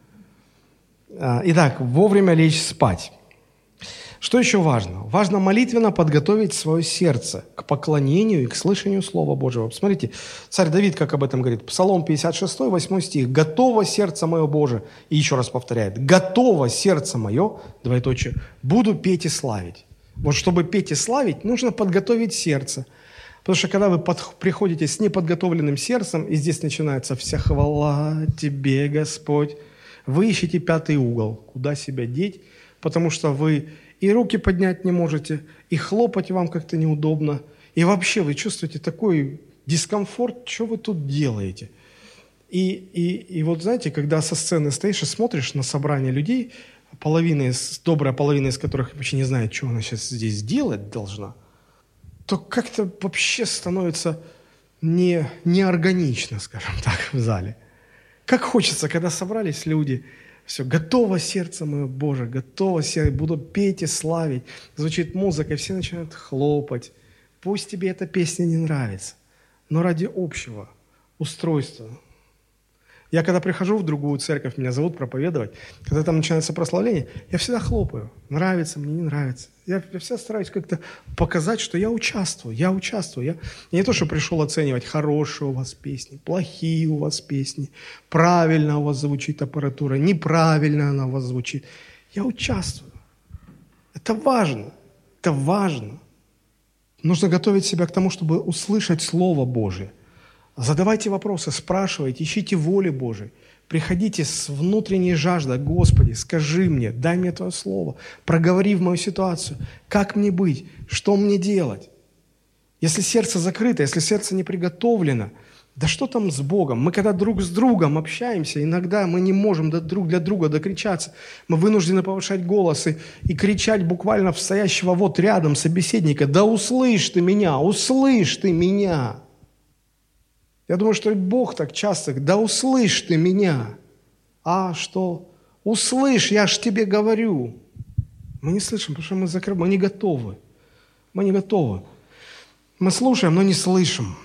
Итак, вовремя лечь спать. Что еще важно? Важно молитвенно подготовить свое сердце к поклонению и к слышанию Слова Божьего. Посмотрите, царь Давид как об этом говорит. Псалом 56, 8 стих. «Готово сердце мое, Боже». И еще раз повторяет. «Готово сердце мое», двоеточие, «буду петь и славить». Вот чтобы петь и славить, нужно подготовить сердце. Потому что когда вы приходите с неподготовленным сердцем, и здесь начинается «Вся хвала Тебе, Господь», Вы ищете пятый угол, куда себя деть, потому что вы и руки поднять не можете, и хлопать вам как-то неудобно, и вообще вы чувствуете такой дискомфорт, что вы тут делаете. И вот знаете, когда со сцены стоишь и смотришь на собрание людей, добрая половина из которых вообще не знает, что она сейчас здесь делать должна, то как-то вообще становится неорганично, скажем так, в зале. Как хочется, когда собрались люди, все, готово сердце мое, Боже, готово сердце, буду петь и славить. Звучит музыка, и все начинают хлопать. Пусть тебе эта песня не нравится, но ради общего устройства. Я когда прихожу в другую церковь, меня зовут проповедовать, когда там начинается прославление, я всегда хлопаю. Нравится мне, не нравится. Я всегда стараюсь как-то показать, что я участвую. Я не то, что пришел оценивать, хорошие у вас песни, плохие у вас песни, правильно у вас звучит аппаратура, неправильно она у вас звучит. Я участвую. Это важно. Это важно. Нужно готовить себя к тому, чтобы услышать Слово Божие. Задавайте вопросы, спрашивайте, ищите воли Божией. Приходите с внутренней жаждой: Господи, скажи мне, дай мне Твое Слово, проговори в мою ситуацию, как мне быть, что мне делать. Если сердце закрыто, если сердце не приготовлено, да что там с Богом? Мы когда друг с другом общаемся, иногда мы не можем друг для друга докричаться. Мы вынуждены повышать голос и кричать буквально в стоящего вот рядом собеседника: да услышь ты меня, услышь ты меня. Я думаю, что и Бог так часто: да услышь ты меня. А что? Услышь, я ж тебе говорю. Мы не слышим, потому что мы закрыты, мы не готовы. Мы не готовы. Мы слушаем, но не слышим.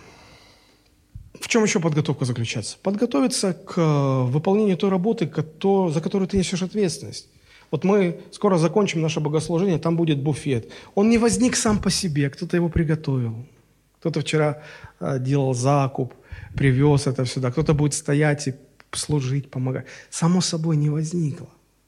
В чем еще подготовка заключается? Подготовиться к выполнению той работы, за которую ты несешь ответственность. Вот мы скоро закончим наше богослужение, там будет буфет. Он не возник сам по себе, кто-то его приготовил. Кто-то вчера делал закуп, привез это сюда. Кто-то будет стоять и служить, помогать. Само собой не возникло.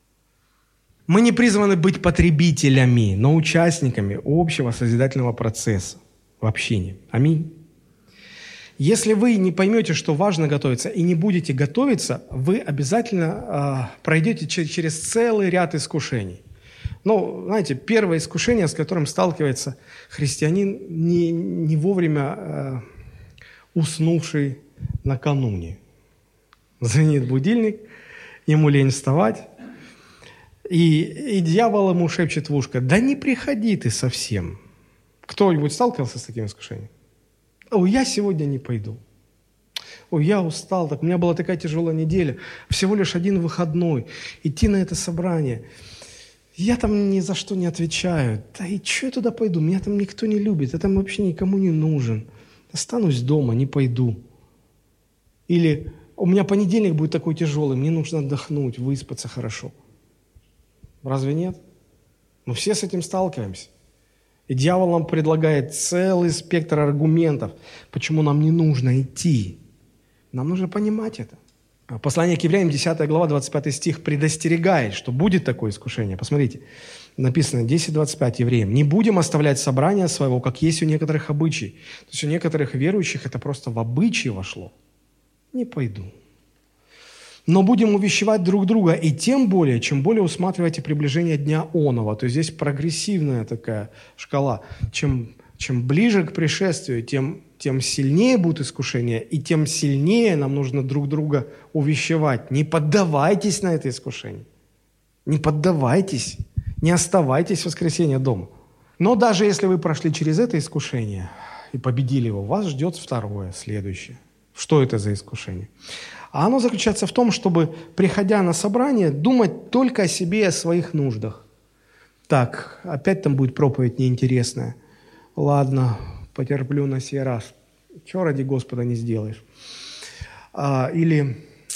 Мы не призваны быть потребителями, но участниками общего созидательного процесса в общине. Аминь. Если вы не поймете, что важно готовиться, и не будете готовиться, вы обязательно пройдете через целый ряд искушений. Ну, знаете, первое искушение, с которым сталкивается христианин, не вовремя уснувший накануне. Звонит будильник, ему лень вставать, и дьявол ему шепчет в ушко: да не приходи ты совсем. Кто-нибудь сталкивался с таким искушением? О, я сегодня не пойду. Ой, я устал, у меня была такая тяжелая неделя, всего лишь один выходной, идти на это собрание. Я там ни за что не отвечаю. Да и что я туда пойду? Меня там никто не любит, я там вообще никому не нужен. Останусь дома, не пойду. Или у меня понедельник будет такой тяжелый, мне нужно отдохнуть, выспаться хорошо. Разве нет? Мы все с этим сталкиваемся. И дьявол нам предлагает целый спектр аргументов, почему нам не нужно идти. Нам нужно понимать это. Послание к Евреям, 10 глава, 25 стих, предостерегает, что будет такое искушение. Посмотрите, написано 10:25 Евреям: «Не будем оставлять собрания своего, как есть у некоторых обычай». То есть у некоторых верующих это просто в обычай вошло. Не пойду. «Но будем увещевать друг друга, и тем более, чем более усматриваете приближение дня оного». То есть здесь прогрессивная такая шкала. Чем ближе к пришествию, тем сильнее будут искушения, и тем сильнее нам нужно друг друга увещевать. Не поддавайтесь на это искушение. Не поддавайтесь. Не оставайтесь в воскресенье дома. Но даже если вы прошли через это искушение и победили его, вас ждет второе, следующее. Что это за искушение? А оно заключается в том, чтобы, приходя на собрание, думать только о себе и о своих нуждах. Так, опять там будет проповедь неинтересная. Ладно, потерплю на сей раз. Чего ради Господа не сделаешь? Или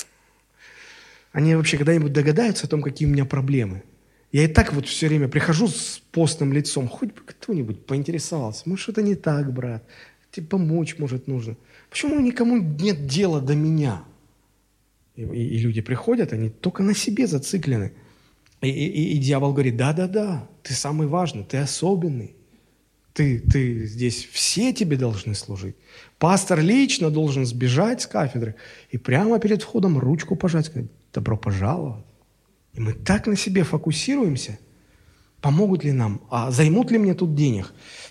они вообще когда-нибудь догадаются о том, какие у меня проблемы? Я и так вот все время прихожу с постным лицом, хоть бы кто-нибудь поинтересовался. Может, что-то не так, брат? Тебе помочь, может, нужно. Почему никому нет дела до меня? И люди приходят, они только на себе зациклены. И дьявол говорит: да, ты самый важный, ты особенный. Ты здесь, все тебе должны служить. Пастор лично должен сбежать с кафедры и прямо перед входом ручку пожать, сказать: добро пожаловать. И мы так на себе фокусируемся, помогут ли нам, займут ли мне тут денег,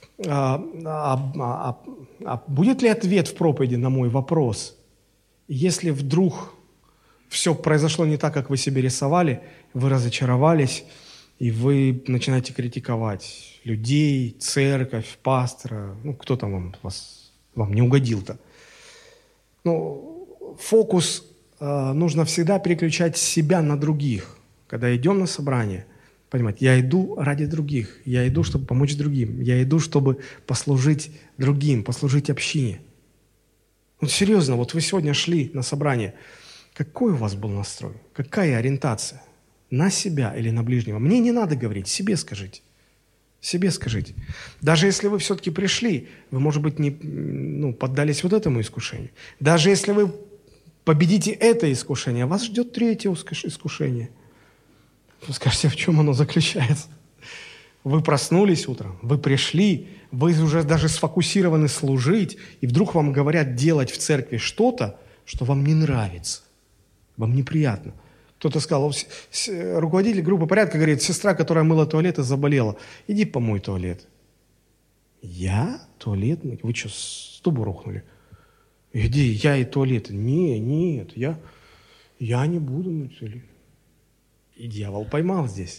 будет ли ответ в проповеди на мой вопрос. Если вдруг все произошло не так, как вы себе рисовали, вы разочаровались, и вы начинаете критиковать людей, церковь, пастора, кто там вам не угодил-то. Фокус нужно всегда переключать с себя на других. Когда идем на собрание, понимаете, я иду ради других, я иду, чтобы помочь другим, я иду, чтобы послужить другим, послужить общине. Серьезно, вы сегодня шли на собрание, какой у вас был настрой? Какая ориентация? На себя или на ближнего? Мне не надо говорить, себе скажите. Себе скажите. Даже если вы все-таки пришли, вы, может быть, не поддались этому искушению. Даже если вы победите это искушение, вас ждет третье искушение. Вы скажете, в чем оно заключается? Вы проснулись утром, вы пришли, вы уже даже сфокусированы служить, и вдруг вам говорят делать в церкви что-то, что вам не нравится, вам неприятно. Кто-то сказал, руководитель группы порядка говорит, сестра, которая мыла туалет, заболела, иди помой туалет. Я? Туалет мыть? Вы что, с дуба рухнули? Где я и туалет? Нет, я не буду мыть туалет. И дьявол поймал здесь.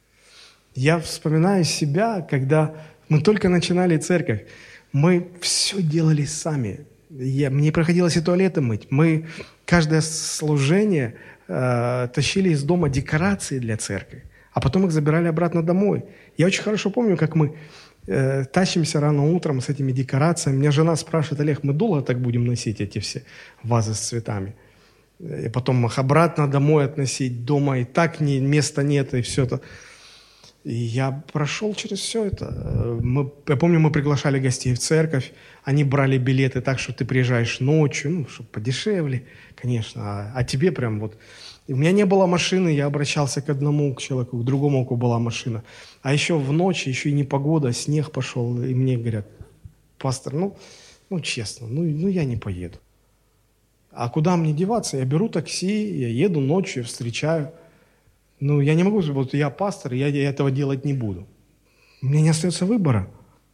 Я вспоминаю себя, когда мы только начинали церковь. Мы все делали сами. Мне приходилось и туалеты мыть. Мы каждое служение тащили из дома декорации для церкви, а потом их забирали обратно домой. Я очень хорошо помню, как мы тащимся рано утром с этими декорациями. Меня жена спрашивает, Олег, мы долго так будем носить эти все вазы с цветами? И потом их обратно домой относить, дома и так места нет, и все это. И я прошел через все это. Я помню, мы приглашали гостей в церковь, они брали билеты так, что ты приезжаешь ночью, чтобы подешевле, конечно, а тебе прям И у меня не было машины, я обращался к одному человеку, к другому, у кого была машина. А еще в ночь, еще и непогода, снег пошел, и мне говорят, пастор, честно, я не поеду. А куда мне деваться? Я беру такси, я еду ночью, встречаю. Я не могу, я пастор, я этого делать не буду. У меня не остается выбора.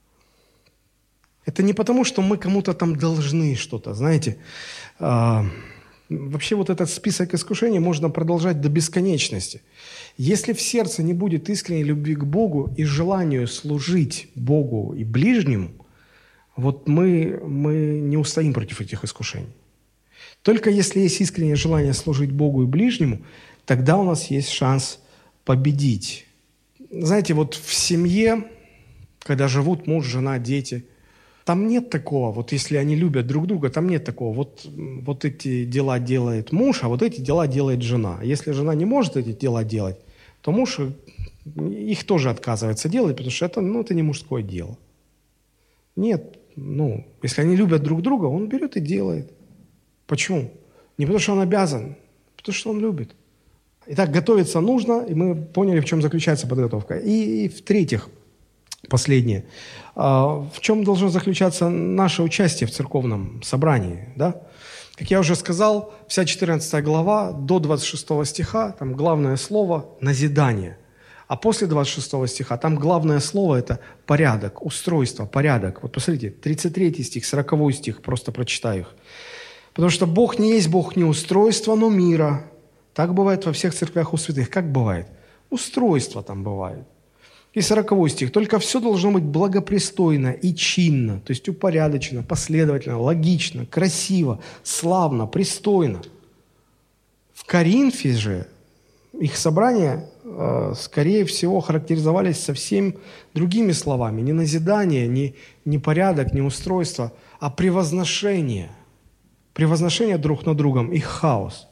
Это не потому, что мы кому-то там должны что-то, знаете. Вообще этот список искушений можно продолжать до бесконечности. Если в сердце не будет искренней любви к Богу и желанию служить Богу и ближнему, мы не устоим против этих искушений. Только если есть искреннее желание служить Богу и ближнему, тогда у нас есть шанс победить. Знаете, в семье, когда живут муж, жена, дети, там нет такого, если они любят друг друга, там нет такого, эти дела делает муж, а эти дела делает жена. Если жена не может эти дела делать, то муж их тоже отказывается делать, потому что это не мужское дело. Нет, если они любят друг друга, он берет и делает. Почему? Не потому, что он обязан, а потому, что он любит. Итак, готовиться нужно, и мы поняли, в чем заключается подготовка. И в-третьих, последнее. В чем должно заключаться наше участие в церковном собрании? Да? Как я уже сказал, вся 14 глава до 26 стиха, там главное слово «назидание». А после 26 стиха там главное слово – это порядок, устройство, порядок. Посмотрите, 33 стих, 40 стих, просто прочитаю их. Потому что Бог не есть Бог не устройства, но мира. Так бывает во всех церквях у святых. Как бывает? Устройство там бывает. И 40 стих. «Только все должно быть благопристойно и чинно», то есть упорядочено, последовательно, логично, красиво, славно, пристойно. В Коринфе же их собрания, скорее всего, характеризовались совсем другими словами. Не назидание, не порядок, не устройство, а превозношение. Превозношение друг над другом и хаос.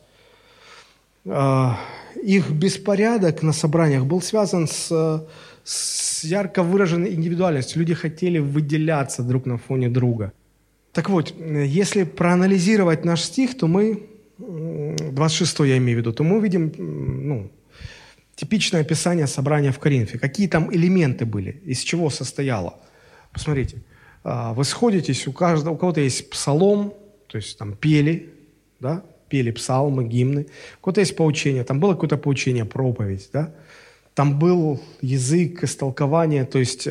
Их беспорядок на собраниях был связан с ярко выраженной индивидуальностью. Люди хотели выделяться друг на фоне друга. Так вот, если проанализировать наш стих, то мы, 26 я имею в виду, то мы увидим типичное описание собрания в Коринфе. Какие там элементы были, из чего состояло. Посмотрите, вы сходитесь, у кого-то есть псалом, то есть там пели, да? пели псалмы, гимны. У кого-то есть поучение, там было какое-то поучение, проповедь, да? Там был язык, истолкование, то есть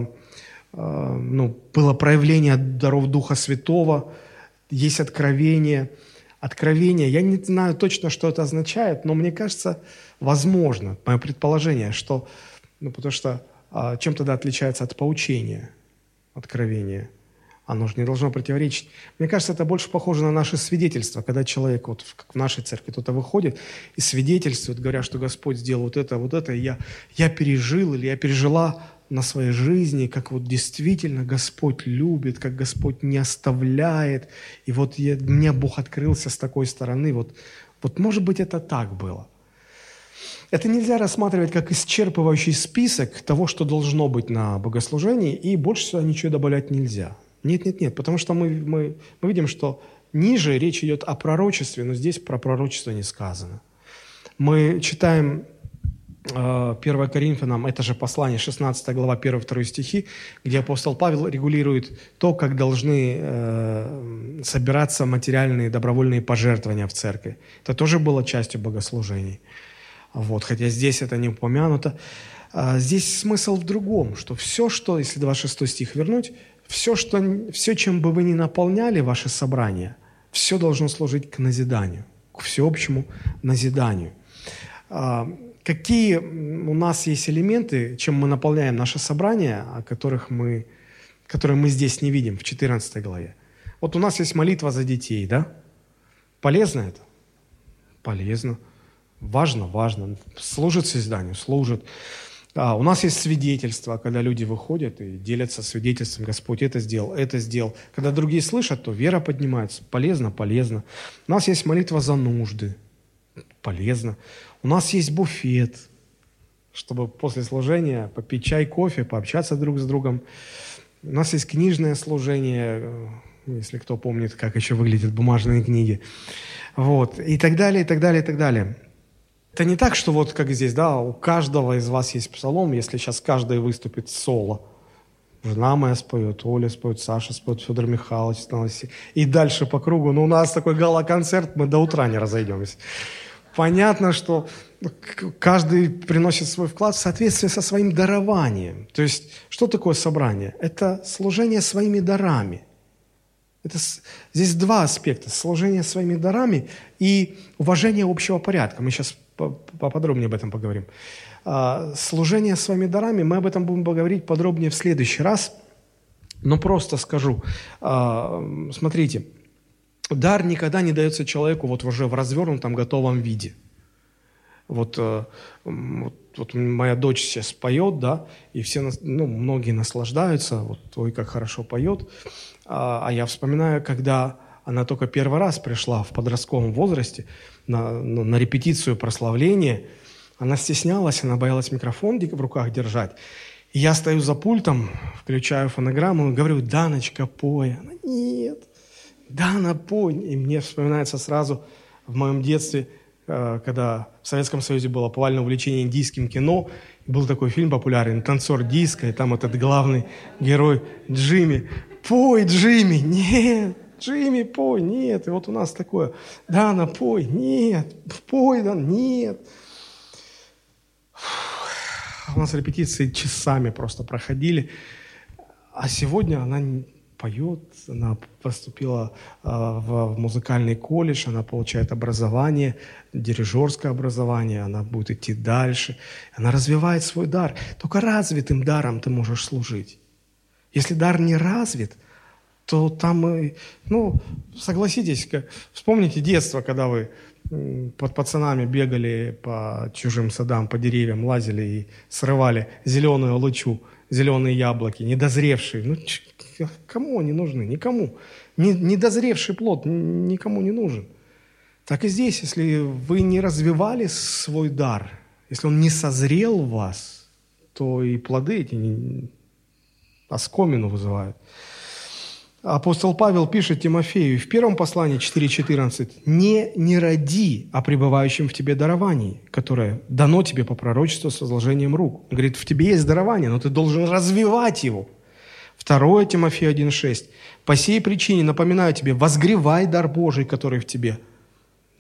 было проявление даров Духа Святого, есть откровение. Откровение, я не знаю точно, что это означает, но мне кажется, возможно, мое предположение, что, потому что чем тогда отличается от поучения, откровение? Оно же не должно противоречить. Мне кажется, это больше похоже на наше свидетельство, когда человек, вот как в нашей церкви, кто-то выходит и свидетельствует, говоря, что Господь сделал вот это, и я пережил или я пережила на своей жизни, как вот действительно Господь любит, как Господь не оставляет, и вот мне Бог открылся с такой стороны. Вот может быть, это так было. Это нельзя рассматривать как исчерпывающий список того, что должно быть на богослужении, и больше сюда ничего добавлять нельзя. Нет, потому что мы видим, что ниже речь идет о пророчестве, но здесь про пророчество не сказано. Мы читаем 1 Коринфянам, это же послание, 16 глава, 1-2 стихи, где апостол Павел регулирует то, как должны собираться материальные добровольные пожертвования в церкви. Это тоже было частью богослужений. Хотя здесь это не упомянуто. Здесь смысл в другом, что все, что, если 26 стих вернуть, все, чем бы вы ни наполняли ваше собрание, все должно служить к назиданию, к всеобщему назиданию. Какие у нас есть элементы, чем мы наполняем наше собрание, которые мы здесь не видим в 14 главе? Вот у нас есть молитва за детей, да? Полезно это? Полезно. Важно. Служит созиданию, служит. У нас есть свидетельство, когда люди выходят и делятся свидетельством: Господь это сделал. Когда другие слышат, то вера поднимается. Полезно. У нас есть молитва за нужды. Полезно. У нас есть буфет, чтобы после служения попить чай, кофе, пообщаться друг с другом. У нас есть книжное служение, если кто помнит, как еще выглядят бумажные книги. И так далее, и так далее, и так далее. Это не так, что вот как здесь, да, у каждого из вас есть псалом, если сейчас каждый выступит соло. Жена моя споет, Оля споет, Саша споет, Федор Михайлович, и дальше по кругу. Но у нас такой гала-концерт, мы до утра не разойдемся. Понятно, что каждый приносит свой вклад в соответствии со своим дарованием. То есть, что такое собрание? Это служение своими дарами. Здесь два аспекта. Служение своими дарами и уважение общего порядка. Мы сейчас поподробнее об этом поговорим. Служение своими дарами, мы об этом будем поговорить подробнее в следующий раз. Но просто скажу. Смотрите. Дар никогда не дается человеку уже в развернутом, готовом виде. Вот моя дочь сейчас поет, да, и все, многие наслаждаются, ой, как хорошо поет. А я вспоминаю, когда она только первый раз пришла в подростковом возрасте на репетицию прославления, она стеснялась, она боялась микрофон в руках держать. И я стою за пультом, включаю фонограмму и говорю: «Даночка, пой». Она: «Нет». «Дана, пой». И мне вспоминается сразу в моем детстве, когда в Советском Союзе было повальное увлечение индийским кино. Был такой фильм популярный «Танцор диско», и там этот главный герой Джимми. «Пой, Джимми!» «Нет!» «Джимми, пой!» «Нет!» И вот у нас такое: «Дана, пой!» «Нет!» «Пой, Дана!» «Нет!» У нас репетиции часами просто проходили. А сегодня она поет, она поступила в музыкальный колледж, она получает образование, дирижерское образование, она будет идти дальше. Она развивает свой дар. Только развитым даром ты можешь служить. Если дар не развит, то там, согласитесь, вспомните детство, когда вы под пацанами бегали по чужим садам, по деревьям, лазили и срывали зеленую лучу, зеленые яблоки, недозревшие. Кому они нужны? Никому. Недозревший плод никому не нужен. Так и здесь, если вы не развивали свой дар, если он не созрел в вас, то и плоды эти оскомину вызывают. Апостол Павел пишет Тимофею в первом послании 4:14: «Не роди о пребывающем в тебе даровании, которое дано тебе по пророчеству с возложением рук». Он говорит: в тебе есть дарование, но ты должен развивать его. 2 Тимофею 1:6: «По сей причине напоминаю тебе, возгревай дар Божий, который в тебе».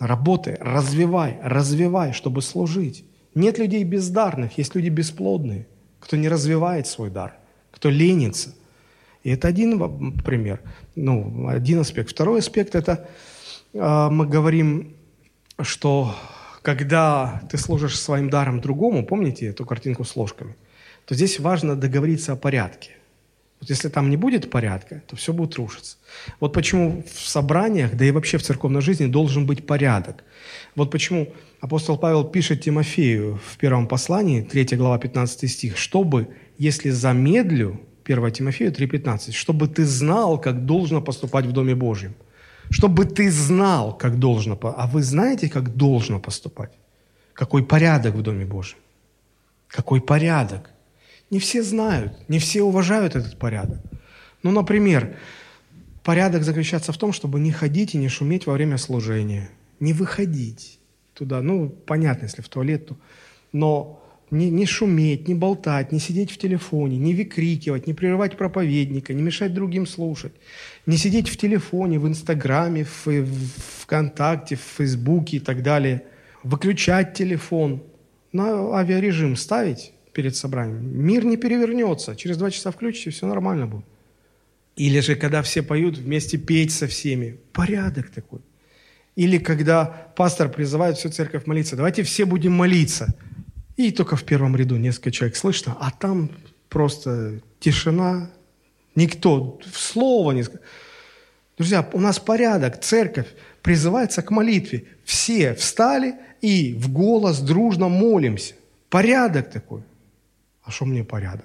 Работай, развивай, чтобы служить. Нет людей бездарных, есть люди бесплодные, кто не развивает свой дар, кто ленится. И это один пример, один аспект. Второй аспект – это мы говорим, что когда ты служишь своим даром другому, помните эту картинку с ложками, то здесь важно договориться о порядке. Вот если там не будет порядка, то все будет рушиться. Вот почему в собраниях, да и вообще в церковной жизни должен быть порядок. Вот почему апостол Павел пишет Тимофею в первом послании, 3 глава, 15 стих, чтобы, если замедлю, 1 Тимофею 3,15, чтобы ты знал, как должно поступать в Доме Божьем. Чтобы ты знал, как должно. А вы знаете, как должно поступать? Какой порядок в Доме Божьем? Какой порядок? Не все знают, не все уважают этот порядок. Например, порядок заключается в том, чтобы не ходить и не шуметь во время служения. Не выходить туда. Понятно, если в туалет, но не шуметь, не болтать, не сидеть в телефоне, не выкрикивать, не прерывать проповедника, не мешать другим слушать, не сидеть в телефоне, в Инстаграме, в ВКонтакте, в Фейсбуке и так далее. Выключать телефон, на авиарежим ставить перед собранием. Мир не перевернется. Через 2 часа включите, все нормально будет. Или же, когда все поют, вместе петь со всеми. Порядок такой. Или когда пастор призывает всю церковь молиться. Давайте все будем молиться. И только в первом ряду несколько человек слышно, а там просто тишина. Никто слова не скажет. Друзья, у нас порядок. Церковь призывается к молитве. Все встали и в голос дружно молимся. Порядок такой. А что мне порядок?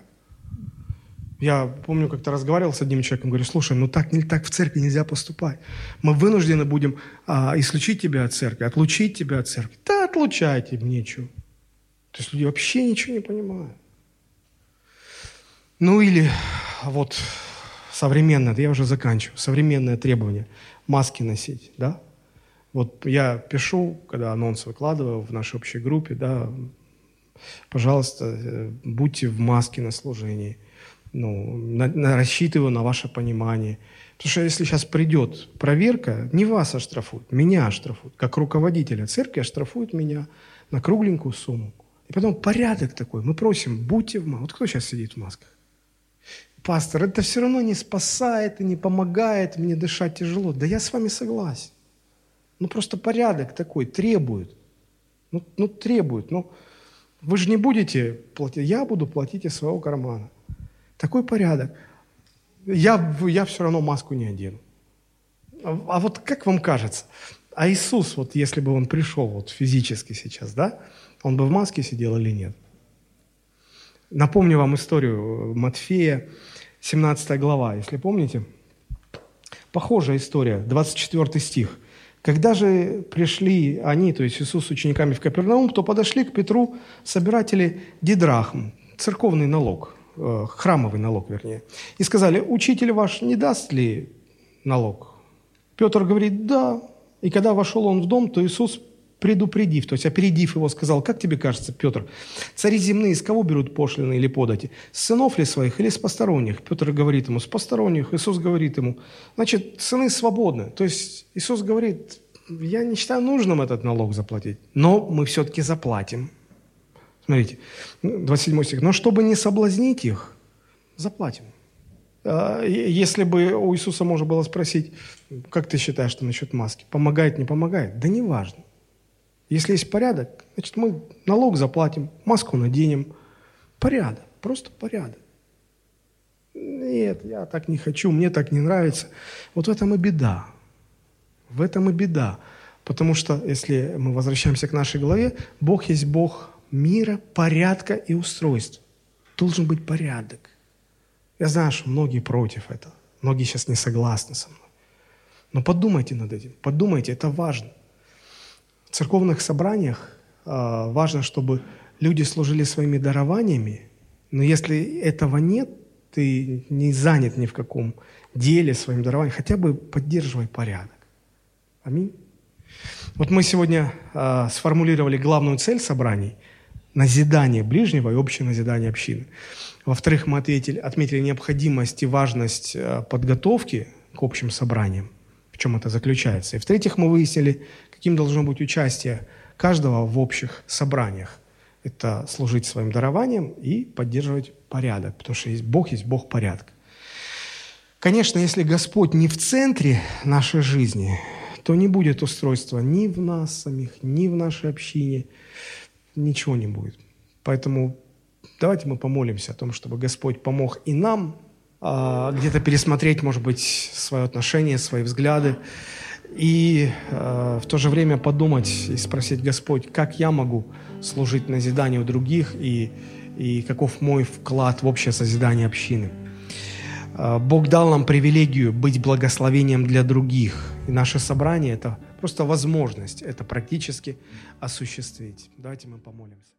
Я помню, как-то разговаривал с одним человеком, говорю, слушай, так в церкви нельзя поступать. Мы вынуждены будем исключить тебя от церкви, отлучить тебя от церкви. Да отлучайте, мне что. То есть люди вообще ничего не понимают. Или вот современное, я уже заканчиваю, современное требование маски носить, да? Вот я пишу, когда анонс выкладываю в нашей общей группе, да, пожалуйста, будьте в маске на служении. Рассчитываю на ваше понимание. Потому что если сейчас придет проверка, не вас оштрафуют, меня оштрафуют. Как руководителя церкви оштрафуют меня на кругленькую сумму. И потом порядок такой. Мы просим, будьте в маске. Вот кто сейчас сидит в масках? Пастор, это все равно не спасает и не помогает, мне дышать тяжело. Да я с вами согласен. Просто порядок такой требует. Требует. Вы же не будете платить. Я буду платить из своего кармана. Такой порядок. Я все равно маску не одену. А вот как вам кажется, а Иисус, вот если бы Он пришел вот физически сейчас, да, Он бы в маске сидел или нет? Напомню вам историю Матфея, 17 глава, если помните. Похожая история, 24 стих. Когда же пришли они, то есть Иисус с учениками в Капернаум, то подошли к Петру собиратели дидрахм, церковный налог, храмовый налог, вернее, и сказали, учитель ваш не даст ли налог? Петр говорит, да. И когда вошел он в дом, то Иисус, предупредив, то есть опередив его, сказал, как тебе кажется, Петр, цари земные с кого берут пошлины или подати? С сынов ли своих или с посторонних? Петр говорит ему, с посторонних. Иисус говорит ему, значит, сыны свободны. То есть Иисус говорит, я не считаю нужным этот налог заплатить, но мы все-таки заплатим. Смотрите, 27 стих. Но чтобы не соблазнить их, заплатим. Если бы у Иисуса можно было спросить, как ты считаешь, что насчет маски? Помогает, не помогает? Да не важно. Если есть порядок, значит, мы налог заплатим, маску наденем. Порядок, просто порядок. Нет, я так не хочу, мне так не нравится. Вот в этом и беда. В этом и беда. Потому что, если мы возвращаемся к нашей главе, Бог есть Бог мира, порядка и устройства. Должен быть порядок. Я знаю, что многие против этого. Многие сейчас не согласны со мной. Но подумайте над этим. Подумайте, это важно. В церковных собраниях важно, чтобы люди служили своими дарованиями, но если этого нет, ты не занят ни в каком деле своим дарованием, хотя бы поддерживай порядок. Аминь. Вот мы сегодня сформулировали главную цель собраний – назидание ближнего и общее назидание общины. Во-вторых, мы отметили необходимость и важность подготовки к общим собраниям. в чем это заключается. И в-третьих, мы выяснили, каким должно быть участие каждого в общих собраниях. Это служить своим дарованием и поддерживать порядок, потому что есть Бог порядка. Конечно, если Господь не в центре нашей жизни, то не будет устройства ни в нас самих, ни в нашей общине, ничего не будет. Поэтому давайте мы помолимся о том, чтобы Господь помог и нам где-то пересмотреть, может быть, свое отношение, свои взгляды, и в то же время подумать и спросить: Господь, как я могу служить назиданию других, и каков мой вклад в общее созидание общины. Бог дал нам привилегию быть благословением для других. И наше собрание – это просто возможность это практически осуществить. Давайте мы помолимся.